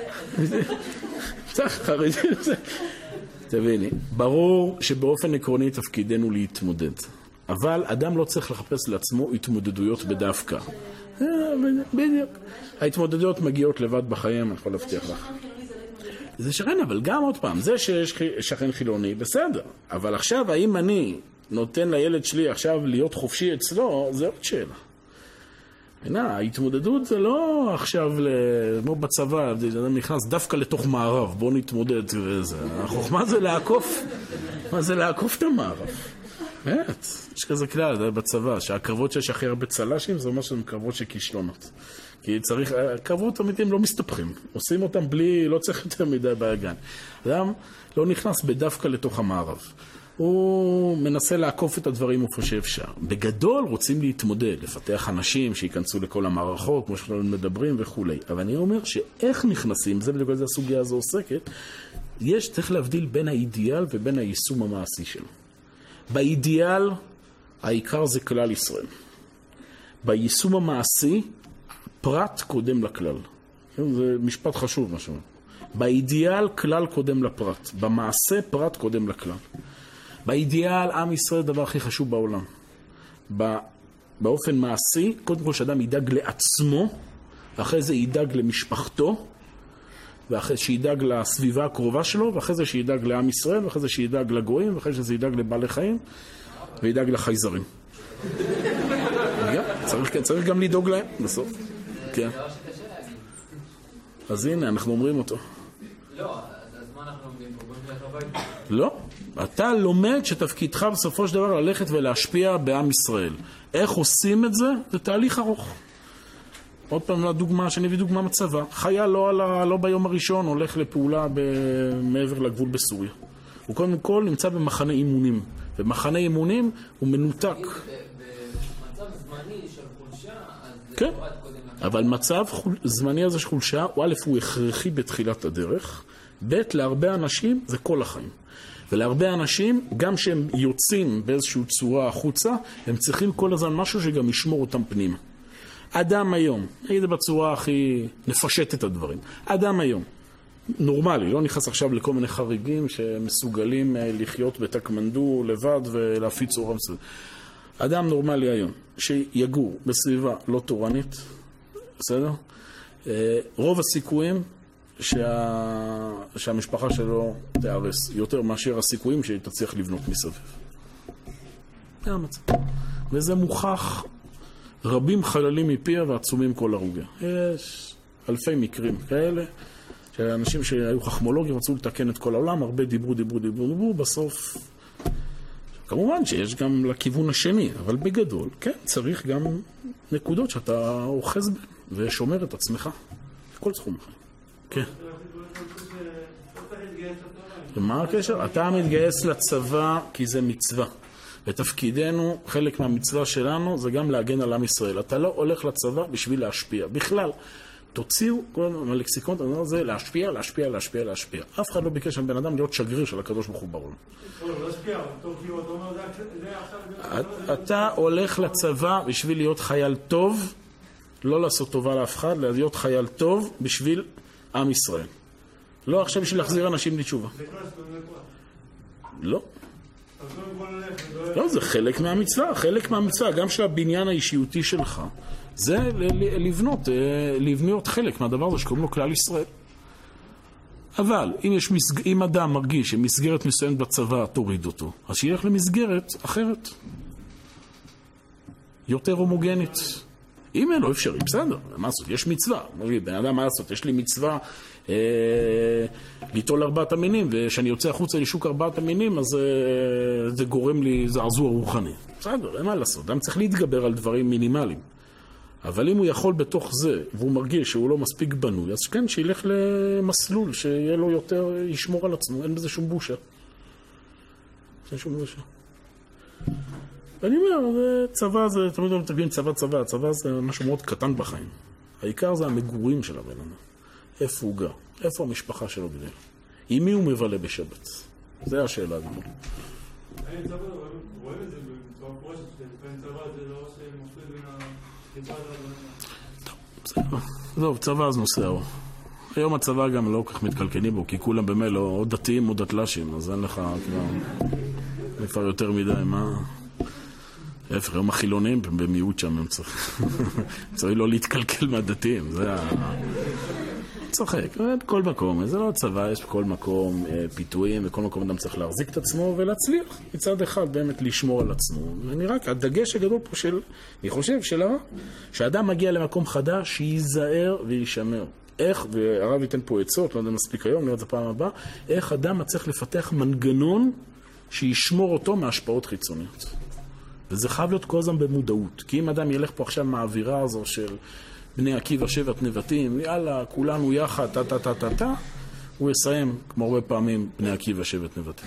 חרדי. תביני, ברור שבאופן עקרוני תפקידנו להתמודד. אבל אדם לא צריך לחפש לעצמו התמודדויות בדווקא. בדיוק. ההתמודדויות מגיעות לבד בחיים, אני יכול להבטיח לך. זה שכן, אבל גם עוד פעם, זה שיש שכן חילוני, בסדר. אבל עכשיו, האם אני נותן לילד שלי עכשיו להיות חופשי אצלו, זה עוד שאלה. ההתמודדות זה לא עכשיו, כמו בצבא, אדם נכנס דווקא לתוך מערב, בוא נתמודד וזה. החוכמה זה לעקוף, מה זה לעקוף את המערב? באמת, יש כזה כלל בצבא, שהקרבות שיש הכי הרבה צלשים, זה אומר שהן קרבות של כישלונות. כי צריך, הקרבות אמיתיים לא מסתפחים, עושים אותם בלי, לא צריך יותר מדי באגן. אדם לא נכנס בדווקא לתוך המערב. הוא מנסה לעקוף את הדברים איפה שאפשר. בגדול רוצים להתמודד, לפתח אנשים שיכנסו לכל המערכות, כמו שאנחנו מדברים וכו'. אבל אני אומר שאיך נכנסים, זה בדיוק זה הסוגיה הזו עוסקת, צריך להבדיל בין האידיאל ובין היישום המעשי שלו. באידיאל, העיקר זה כלל ישראל. ביישום המעשי, פרט קודם לכלל. זה משפט חשוב משהו. באידיאל, כלל קודם לפרט. במעשה, פרט קודם לכלל. באידיאל, עם ישראל דבר הכי חשוב בעולם. באופן מעשי, קודם כל שאדם ידאג לעצמו, אחרי זה ידאג למשפחתו, ואחרי שידאג לסביבה הקרובה שלו, ואחרי זה שידאג לעם ישראל, ואחרי זה שידאג לגויים, ואחרי זה ידאג לבעלי חיים, וידאג לחייזרים. צריך גם לדאוג להם, בסוף. כן. אז הנה, אנחנו אומרים אותו. לא, אז מה אנחנו אומרים פה? בואו נלך הביתה. לא. אתה לומד שתפקידך בסופו של דבר ללכת ולהשפיע בעם ישראל. איך עושים את זה? זה תהליך ארוך. עוד פעם לדוגמה, שאני אביא דוגמה מצבה. חייל לא ביום הראשון הולך לפעולה מעבר לגבול בסוריה. הוא קודם כל נמצא במחנה אימונים. במחנה אימונים הוא מנותק. במצב זמני של חולשה, אז כן. אבל מצב זמני הזה של חולשה, א' הוא הכרחי בתחילת הדרך, ב' להרבה אנשים זה כל החיים. ולהרבה אנשים, גם שהם יוצאים באיזושהי צורה החוצה, הם צריכים כל הזמן משהו שגם ישמור אותם פנימה. אדם היום, נגיד זה בצורה הכי נפשט את הדברים, אדם היום, נורמלי, לא נכנס עכשיו לכל מיני חריגים שמסוגלים לחיות בתקמנדו לבד ולהפיץ אורם סביב. אדם נורמלי היום, שיגור בסביבה לא תורנית, בסדר? רוב הסיכויים שהמשפחה שלו תיהרס, יותר מאשר הסיכויים שהיא תצליח לבנות מסביב. זה המצב. וזה מוכח, רבים חללים מפיה ועצומים כל הרוגיה. יש אלפי מקרים כאלה, שאנשים שהיו חכמולוגים רצו לתקן את כל העולם, הרבה דיברו, בסוף... כמובן שיש גם לכיוון השני, אבל בגדול, כן, צריך גם נקודות שאתה אוחז בהן ושומר את עצמך. כל תחום אחר. כן. ומה הקשר? אתה מתגייס לצבא כי זה מצווה. ותפקידנו, חלק מהמצווה שלנו, זה גם להגן על עם ישראל. אתה לא הולך לצבא בשביל להשפיע. בכלל, תוציאו, מהלקסיקון, זה להשפיע. אף אחד לא ביקש מבן אדם להיות שגריר של הקדוש ברוך הוא בעולם. אתה הולך לצבא בשביל להיות חייל טוב, לא לעשות טובה לאף אחד, להיות חייל טוב בשביל עם ישראל. לא עכשיו בשביל להחזיר אנשים לתשובה. לא. לא, זה חלק מהמצווה, גם של הבניין האישיותי שלך. זה לבנות חלק מהדבר הזה שקוראים לו כלל ישראל. אבל אם אדם מרגיש שמסגרת מסוימת בצבא תוריד אותו, אז שילך למסגרת אחרת, יותר הומוגנית. אם אין לו אפשרי, בסדר, מה לעשות? יש מצווה. בן אדם, מה לעשות? יש לי מצווה ליטול 4 המינים, ושאני יוצא החוצה לשוק 4 המינים, אז זה גורם לי זעזוע רוחני. בסדר, אין מה לעשות. אדם צריך להתגבר על דברים מינימליים. אבל אם הוא יכול בתוך זה, והוא מרגיש שהוא לא מספיק בנוי, אז כן, שילך למסלול, שיהיה לו יותר, ישמור על עצמו. אין בזה שום בושה. אין שום בושה. ואני אומר, צבא זה, תמיד לא מתגעים צבא זה משהו מאוד קטן בחיים. העיקר זה המגורים של הבן אדם. איפה הוא גר? איפה המשפחה שלו גדל? עם מי הוא מבלה בשבת? זה השאלה הגדולה. אין צבא, רואים את זה בצורה פרושת, לפעמים צבא זה לא שמפריד בין טוב, צבא זה נושא אור. היום הצבא גם לא כך מתקלקנים בו, כי כולם במילא או דתיים או דתל"שים, אז אין לך כבר יותר מדי, מה... להפך, היום החילונים במיעוט שם הם צריכים לא להתקלקל מהדתיים, זה צוחק, בכל מקום, זה לא צבא, יש בכל מקום פיתויים, בכל מקום אדם צריך להחזיק את עצמו ולהצליח מצד אחד באמת לשמור על עצמו. רק הדגש הגדול פה אני חושב שאדם מגיע למקום חדש, שייזהר וישמר. איך, והרב ייתן פה עצות, לא יודע מספיק היום, נראה את זה פעם הבאה, איך אדם צריך לפתח מנגנון שישמור אותו מהשפעות חיצוניות. וזה חייב להיות כל הזמן במודעות, כי אם אדם ילך פה עכשיו מהאווירה הזו של בני עקיבא 7 נבטים, יאללה, כולנו יחד, הוא יסיים, כמו הרבה פעמים, בני עקיבא 7 נבטים.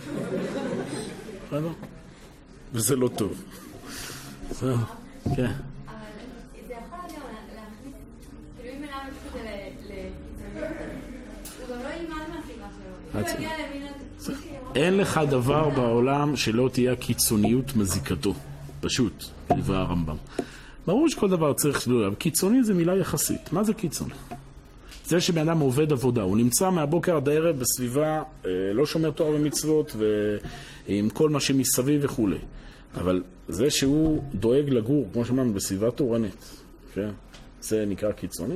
בסדר? וזה לא טוב. בסדר? כן. אין לך דבר בעולם שלא תהיה קיצוניות מזיקתו, פשוט, דברי הרמב"ם. ברור שכל דבר צריך לדעת, קיצוני זה מילה יחסית. מה זה קיצוני? זה שבן אדם עובד עבודה, הוא נמצא מהבוקר עד הערב בסביבה, לא שומר תורה ומצוות ועם כל מה שמסביב וכו'. אבל זה שהוא דואג לגור, כמו שאמרנו, בסביבה תורנית, כן? זה נקרא קיצוני.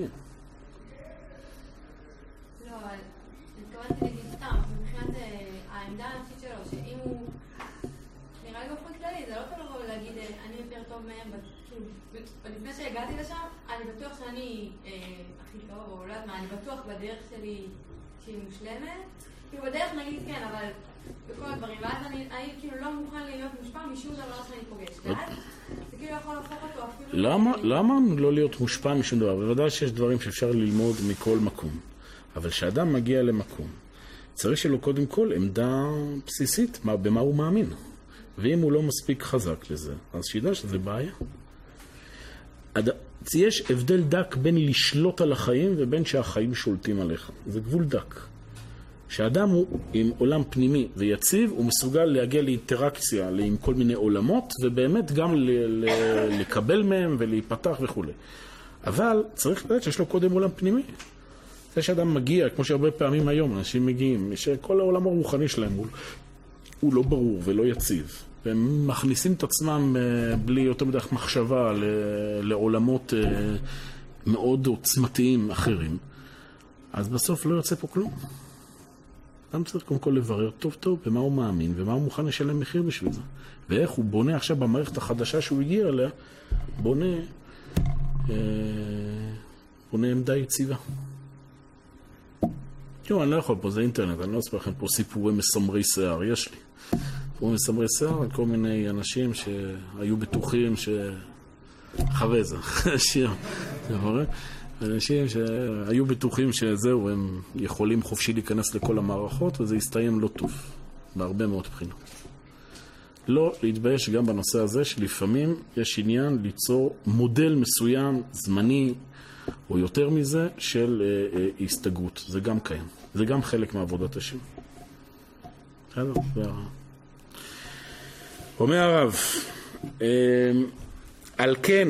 לפני שהגעתי לשם, אני בטוח שאני הכי טוב, או לא יודעת מה, אני בטוח בדרך שלי שהיא מושלמת. כאילו בדרך נגיד כן, אבל בכל הדברים. ואז אני כאילו לא מוכן להיות מושפע משום דבר שאני פוגשת. ואז זה כאילו יכול להפוך אותו אפילו... למה לא להיות מושפע משום דבר? בוודאי שיש דברים שאפשר ללמוד מכל מקום. אבל כשאדם מגיע למקום, צריך שלו קודם כל עמדה בסיסית, במה הוא מאמין. ואם הוא לא מספיק חזק לזה, אז שידע שזה בעיה. יש הבדל דק בין לשלוט על החיים ובין שהחיים שולטים עליך. זה גבול דק. כשאדם הוא עם עולם פנימי ויציב, הוא מסוגל להגיע לאינטראקציה עם כל מיני עולמות, ובאמת גם לקבל מהם ולהיפתח וכו'. אבל צריך לדעת שיש לו קודם עולם פנימי. זה שאדם מגיע, כמו שהרבה פעמים היום אנשים מגיעים, שכל העולם הרוחני שלהם הוא לא ברור ולא יציב. והם מכניסים את עצמם בלי יותר מדי מחשבה לעולמות מאוד עוצמתיים אחרים. אז בסוף לא יוצא פה כלום. אדם צריך קודם כל לברר טוב טוב במה הוא מאמין ומה הוא מוכן לשלם מחיר בשביל זה. ואיך הוא בונה עכשיו במערכת החדשה שהוא הגיע אליה, בונה עמדה יציבה. תראו, אני לא יכול פה, זה אינטרנט, אני לא אספר לכם פה סיפורי מסמרי שיער, יש לי. סיפורי מסמרי שיער על כל מיני אנשים שהיו בטוחים אחרי זה, שיר, אנשים שהיו בטוחים שזהו, הם יכולים חופשי להיכנס לכל המערכות, וזה יסתיים לא טוב, בהרבה מאוד בחינות. לא להתבייש גם בנושא הזה, שלפעמים יש עניין ליצור מודל מסוים, זמני, או יותר מזה, של הסתגרות. זה גם קיים. זה גם חלק מעבודת השם. בסדר? אומר הרב, על כן,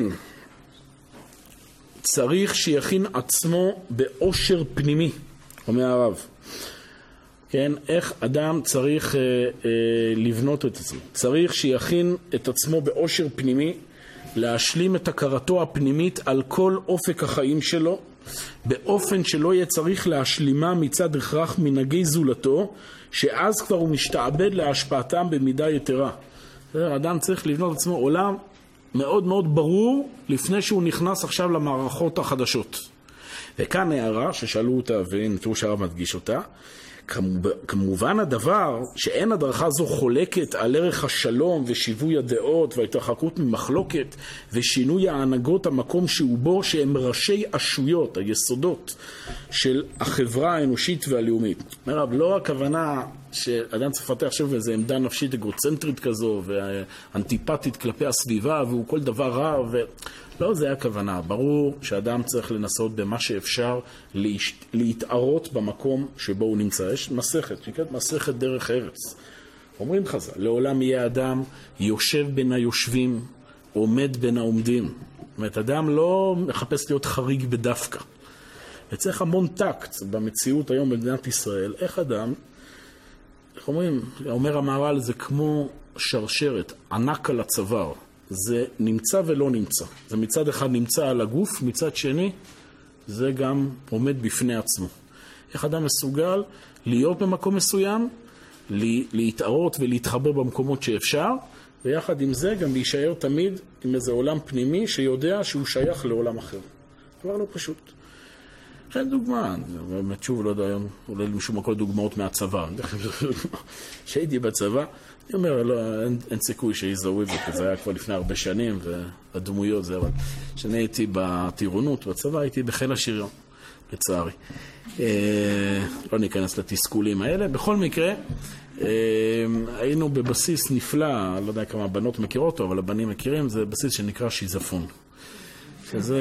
צריך שיכין עצמו באושר פנימי, אומר הרב. כן, איך אדם צריך לבנות את עצמו. צריך שיכין את עצמו באושר פנימי, להשלים את הכרתו הפנימית על כל אופק החיים שלו, באופן שלא יהיה צריך להשלימה מצד הכרח מנהגי זולתו, שאז כבר הוא משתעבד להשפעתם במידה יתרה. אדם צריך לבנות את עצמו עולם מאוד מאוד ברור, לפני שהוא נכנס עכשיו למערכות החדשות. וכאן הערה ששאלו אותה, ונתראו שהרב מדגיש אותה, כמובן הדבר שאין הדרכה זו חולקת על ערך השלום ושיווי הדעות וההתרחקות ממחלוקת ושינוי ההנהגות המקום שהוא בו, שהם ראשי אשויות, היסודות של החברה האנושית והלאומית. מרב, לא הכוונה שאדם צריך לפתח עכשיו איזו עמדה נפשית אגוצנטרית כזו ואנטיפטית כלפי הסביבה והוא כל דבר רע לא, זה הכוונה. ברור שאדם צריך לנסות במה שאפשר להתערות במקום שבו הוא נמצא. יש מסכת, שנקראת מסכת דרך ארץ. אומרים חז"ל, לעולם יהיה אדם יושב בין היושבים, עומד בין העומדים. זאת אומרת, אדם לא מחפש להיות חריג בדווקא. וצריך המון טקט במציאות היום במדינת ישראל. איך אדם, איך אומרים, אומר המהר"ל, זה כמו שרשרת, ענק על הצוואר. זה נמצא ולא נמצא. זה מצד אחד נמצא על הגוף, מצד שני זה גם עומד בפני עצמו. איך אדם מסוגל להיות במקום מסוים, להתערות ולהתחבר במקומות שאפשר, ויחד עם זה גם להישאר תמיד עם איזה עולם פנימי שיודע שהוא שייך לעולם אחר. דבר לא פשוט. לכן דוגמה, באמת שוב, לא יודע, אולי משום כל דוגמאות מהצבא. שהייתי בצבא, אני אומר, לא, אין סיכוי שיזהו את זה, כי זה היה כבר לפני הרבה שנים, והדמויות זה, אבל כשאני הייתי בטירונות, בצבא, הייתי בחיל השריון, לצערי. לא ניכנס לתסכולים האלה. בכל מקרה, היינו בבסיס נפלא, לא יודע כמה הבנות מכירות אותו, אבל הבנים מכירים, זה בסיס שנקרא שיזפון. שזה...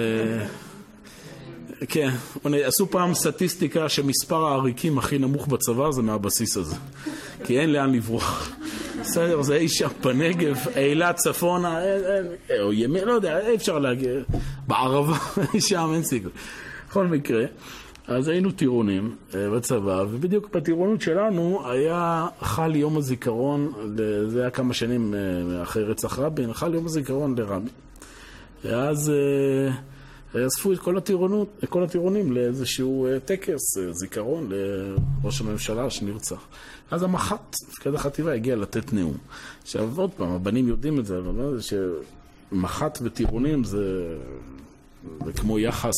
כן, עשו פעם סטטיסטיקה שמספר העריקים הכי נמוך בצבא זה מהבסיס הזה. כי אין לאן לברוח. בסדר, זה אי שם בנגב, אילת, צפונה, או ימי, לא יודע, אי אפשר להגיע. בערבה, שם אין סיכוי. בכל מקרה, אז היינו טירונים בצבא, ובדיוק בטירונות שלנו היה חל יום הזיכרון, זה היה כמה שנים אחרי רצח רבין, חל יום הזיכרון לרבין. ואז... אספו את כל הטירונים לאיזשהו טקס, זיכרון לראש הממשלה שנרצח. אז המח"ט, מפקד החטיבה, הגיע לתת נאום. עכשיו עוד פעם, הבנים יודעים את זה, אבל שמח"ט וטירונים זה כמו יחס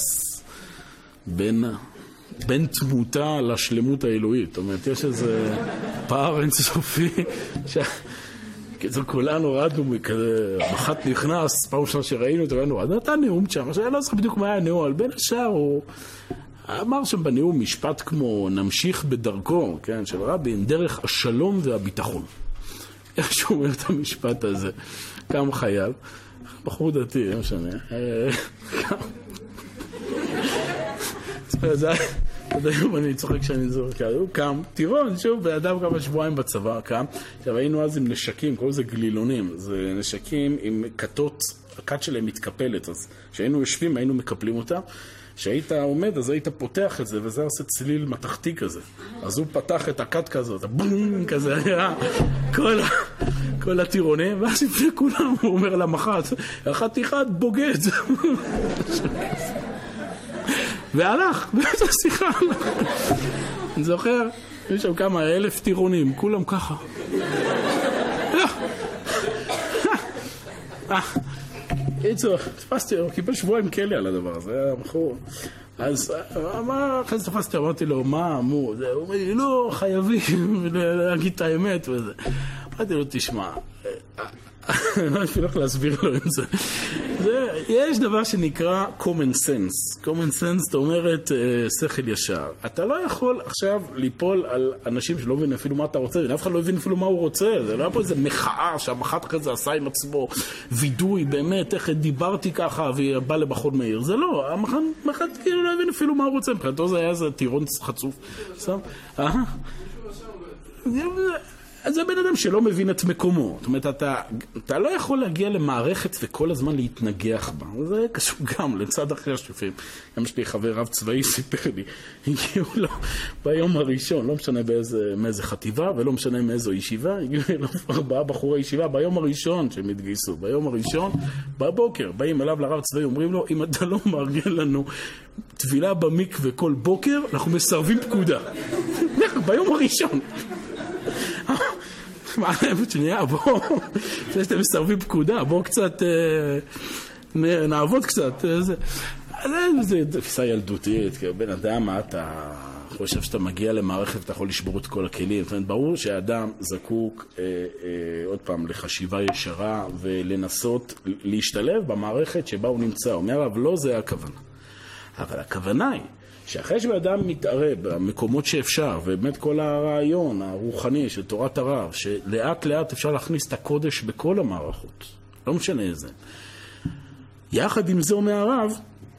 בין תמותה לשלמות האלוהית. זאת אומרת, יש איזה פער אינסופי כולנו רדנו מכזה, מח"ט נכנס, פעם ראשונה שראינו אותו, ראינו, אתה נאום שם, אני לא זוכר בדיוק מה היה נאום, אבל בין השאר הוא אמר שם בנאום משפט כמו, נמשיך בדרכו, כן, של רבין, דרך השלום והביטחון. איך שהוא אומר את המשפט הזה? קם חייל, בחור דתי, לא משנה. זה עד היום אני צוחק שאני זוכר, הוא קם, טירון, שוב, באדם כמה שבועיים בצבא, קם, עכשיו היינו אז עם נשקים, כל זה גלילונים, זה נשקים עם כתות, הכת שלהם מתקפלת, אז כשהיינו יושבים היינו מקפלים אותה, כשהיית עומד אז היית פותח את זה, וזה עושה צליל מתחתי כזה, אז הוא פתח את הכת כזאת, בום, כזה היה, כל הטירונים, ואז לפני כולם הוא אומר למח"ט, החתיכת בוגד, והלך, באיזו שיחה הלך. אני זוכר, יש שם כמה 1,000 טירונים, כולם ככה. איצו, תפסתי, הוא קיבל שבועיים כלא על הדבר הזה, היה בחור. אז אחרי זה תפסתי, אמרתי לו, מה אמור? הוא אומר לי, לא, חייבים להגיד את האמת וזה. אמרתי לו, תשמע, אני אפילו הולך להסביר לו את זה. יש דבר שנקרא common sense. common sense, זאת אומרת, שכל ישר. אתה לא יכול עכשיו ליפול על אנשים שלא מבינים אפילו מה אתה רוצה, ואף אחד לא הבין אפילו מה הוא רוצה. זה לא היה פה איזה מחאה שהמחת אחרי זה עשה עם עצמו וידוי, באמת, איך דיברתי ככה ובא לבחור מהיר. זה לא, המחת כאילו לא הבין אפילו מה הוא רוצה. מבחינתו זה היה איזה טירון חצוף. אז זה בן אדם שלא מבין את מקומו. זאת אומרת, אתה לא יכול להגיע למערכת וכל הזמן להתנגח בה. זה קשור גם לצד אחרי השופים. גם יש לי חבר רב צבאי סיפר לי, הגיעו לו ביום הראשון, לא משנה מאיזה חטיבה ולא משנה מאיזו ישיבה, הגיעו לו 4 בחורי ישיבה ביום הראשון שהם התגייסו. ביום הראשון, בבוקר, באים אליו לרב צבאי, אומרים לו, אם אתה לא מארגן לנו טבילה במקווה כל בוקר, אנחנו מסרבים פקודה. ביום הראשון. מה האמת שנייה, בואו, לפני שאתם מסרבים פקודה, בואו קצת נעבוד קצת. זה תפיסה ילדותית, כי בן אדם, מה אתה חושב שאתה מגיע למערכת ואתה יכול לשבור את כל הכלים? זאת אומרת, ברור שהאדם זקוק עוד פעם לחשיבה ישרה ולנסות להשתלב במערכת שבה הוא נמצא. הוא אומר, אבל לא זה הכוונה. אבל הכוונה היא שאחרי שאדם מתערב במקומות שאפשר, ובאמת כל הרעיון הרוחני של תורת הרב, שלאט לאט אפשר להכניס את הקודש בכל המערכות, לא משנה איזה. יחד עם זה אומר הרב,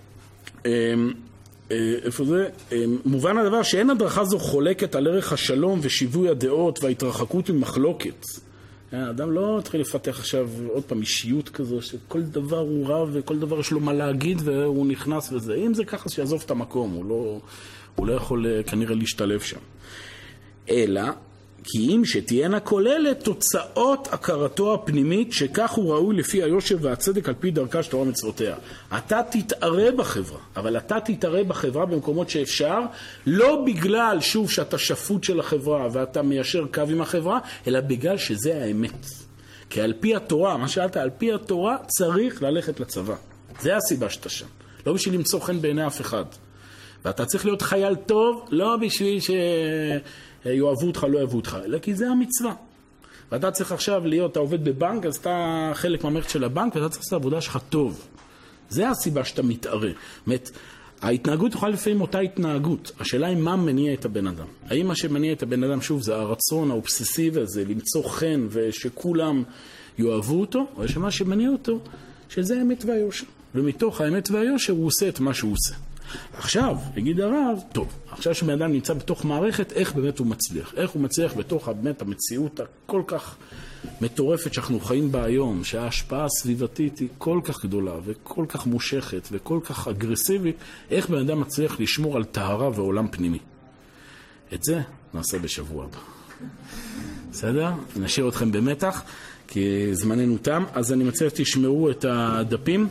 איפה זה? מובן הדבר שאין הדרכה זו חולקת על ערך השלום ושיווי הדעות וההתרחקות ממחלוקת. האדם לא צריך לפתח עכשיו עוד פעם אישיות כזו שכל דבר הוא רב וכל דבר יש לו מה להגיד והוא נכנס וזה. אם זה ככה שיעזוב את המקום, הוא לא יכול כנראה להשתלב שם. אלא כי אם שתהיינה כוללת תוצאות הכרתו הפנימית שכך הוא ראוי לפי היושר והצדק על פי דרכה של תורה מצוותיה. אתה תתערב בחברה, אבל אתה תתערב בחברה במקומות שאפשר, לא בגלל שוב שאתה שפוט של החברה ואתה מיישר קו עם החברה, אלא בגלל שזה האמת. כי על פי התורה, מה שאלת, על פי התורה צריך ללכת לצבא. זה הסיבה שאתה שם. לא בשביל למצוא חן בעיני אף אחד. ואתה צריך להיות חייל טוב, לא בשביל יאהבו אותך, לא יאהבו אותך, אלא כי זה המצווה. ואתה צריך עכשיו להיות, אתה עובד בבנק, אז אתה חלק מהמערכת של הבנק, ואתה צריך לעשות העבודה שלך טוב. זה הסיבה שאתה מתערב. זאת, ההתנהגות יכולה לפעמים אותה התנהגות. השאלה היא מה מניע את הבן אדם. האם מה שמניע את הבן אדם, שוב, זה הרצון האובססיבי הזה, למצוא חן ושכולם יאהבו אותו, או שמה שמניע אותו, שזה האמת והיושר. ומתוך האמת והיושר הוא עושה את מה שהוא עושה. עכשיו, יגיד הרב, טוב, עכשיו שבן אדם נמצא בתוך מערכת, איך באמת הוא מצליח? איך הוא מצליח בתוך באמת המציאות הכל כך מטורפת שאנחנו חיים בה היום, שההשפעה הסביבתית היא כל כך גדולה וכל כך מושכת וכל כך אגרסיבית, איך בן אדם מצליח לשמור על טהרה ועולם פנימי? את זה נעשה בשבוע הבא. בסדר? נשאיר אתכם במתח, כי זמננו תם, אז אני מציע שתשמעו את הדפים.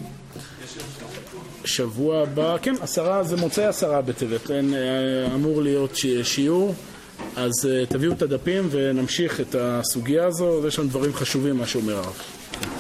שבוע הבא, כן, 10, זה מוצא 10 בטבת, אמור להיות שיעור, אז תביאו את הדפים ונמשיך את הסוגיה הזו, ויש לנו דברים חשובים מה שאומר הרב.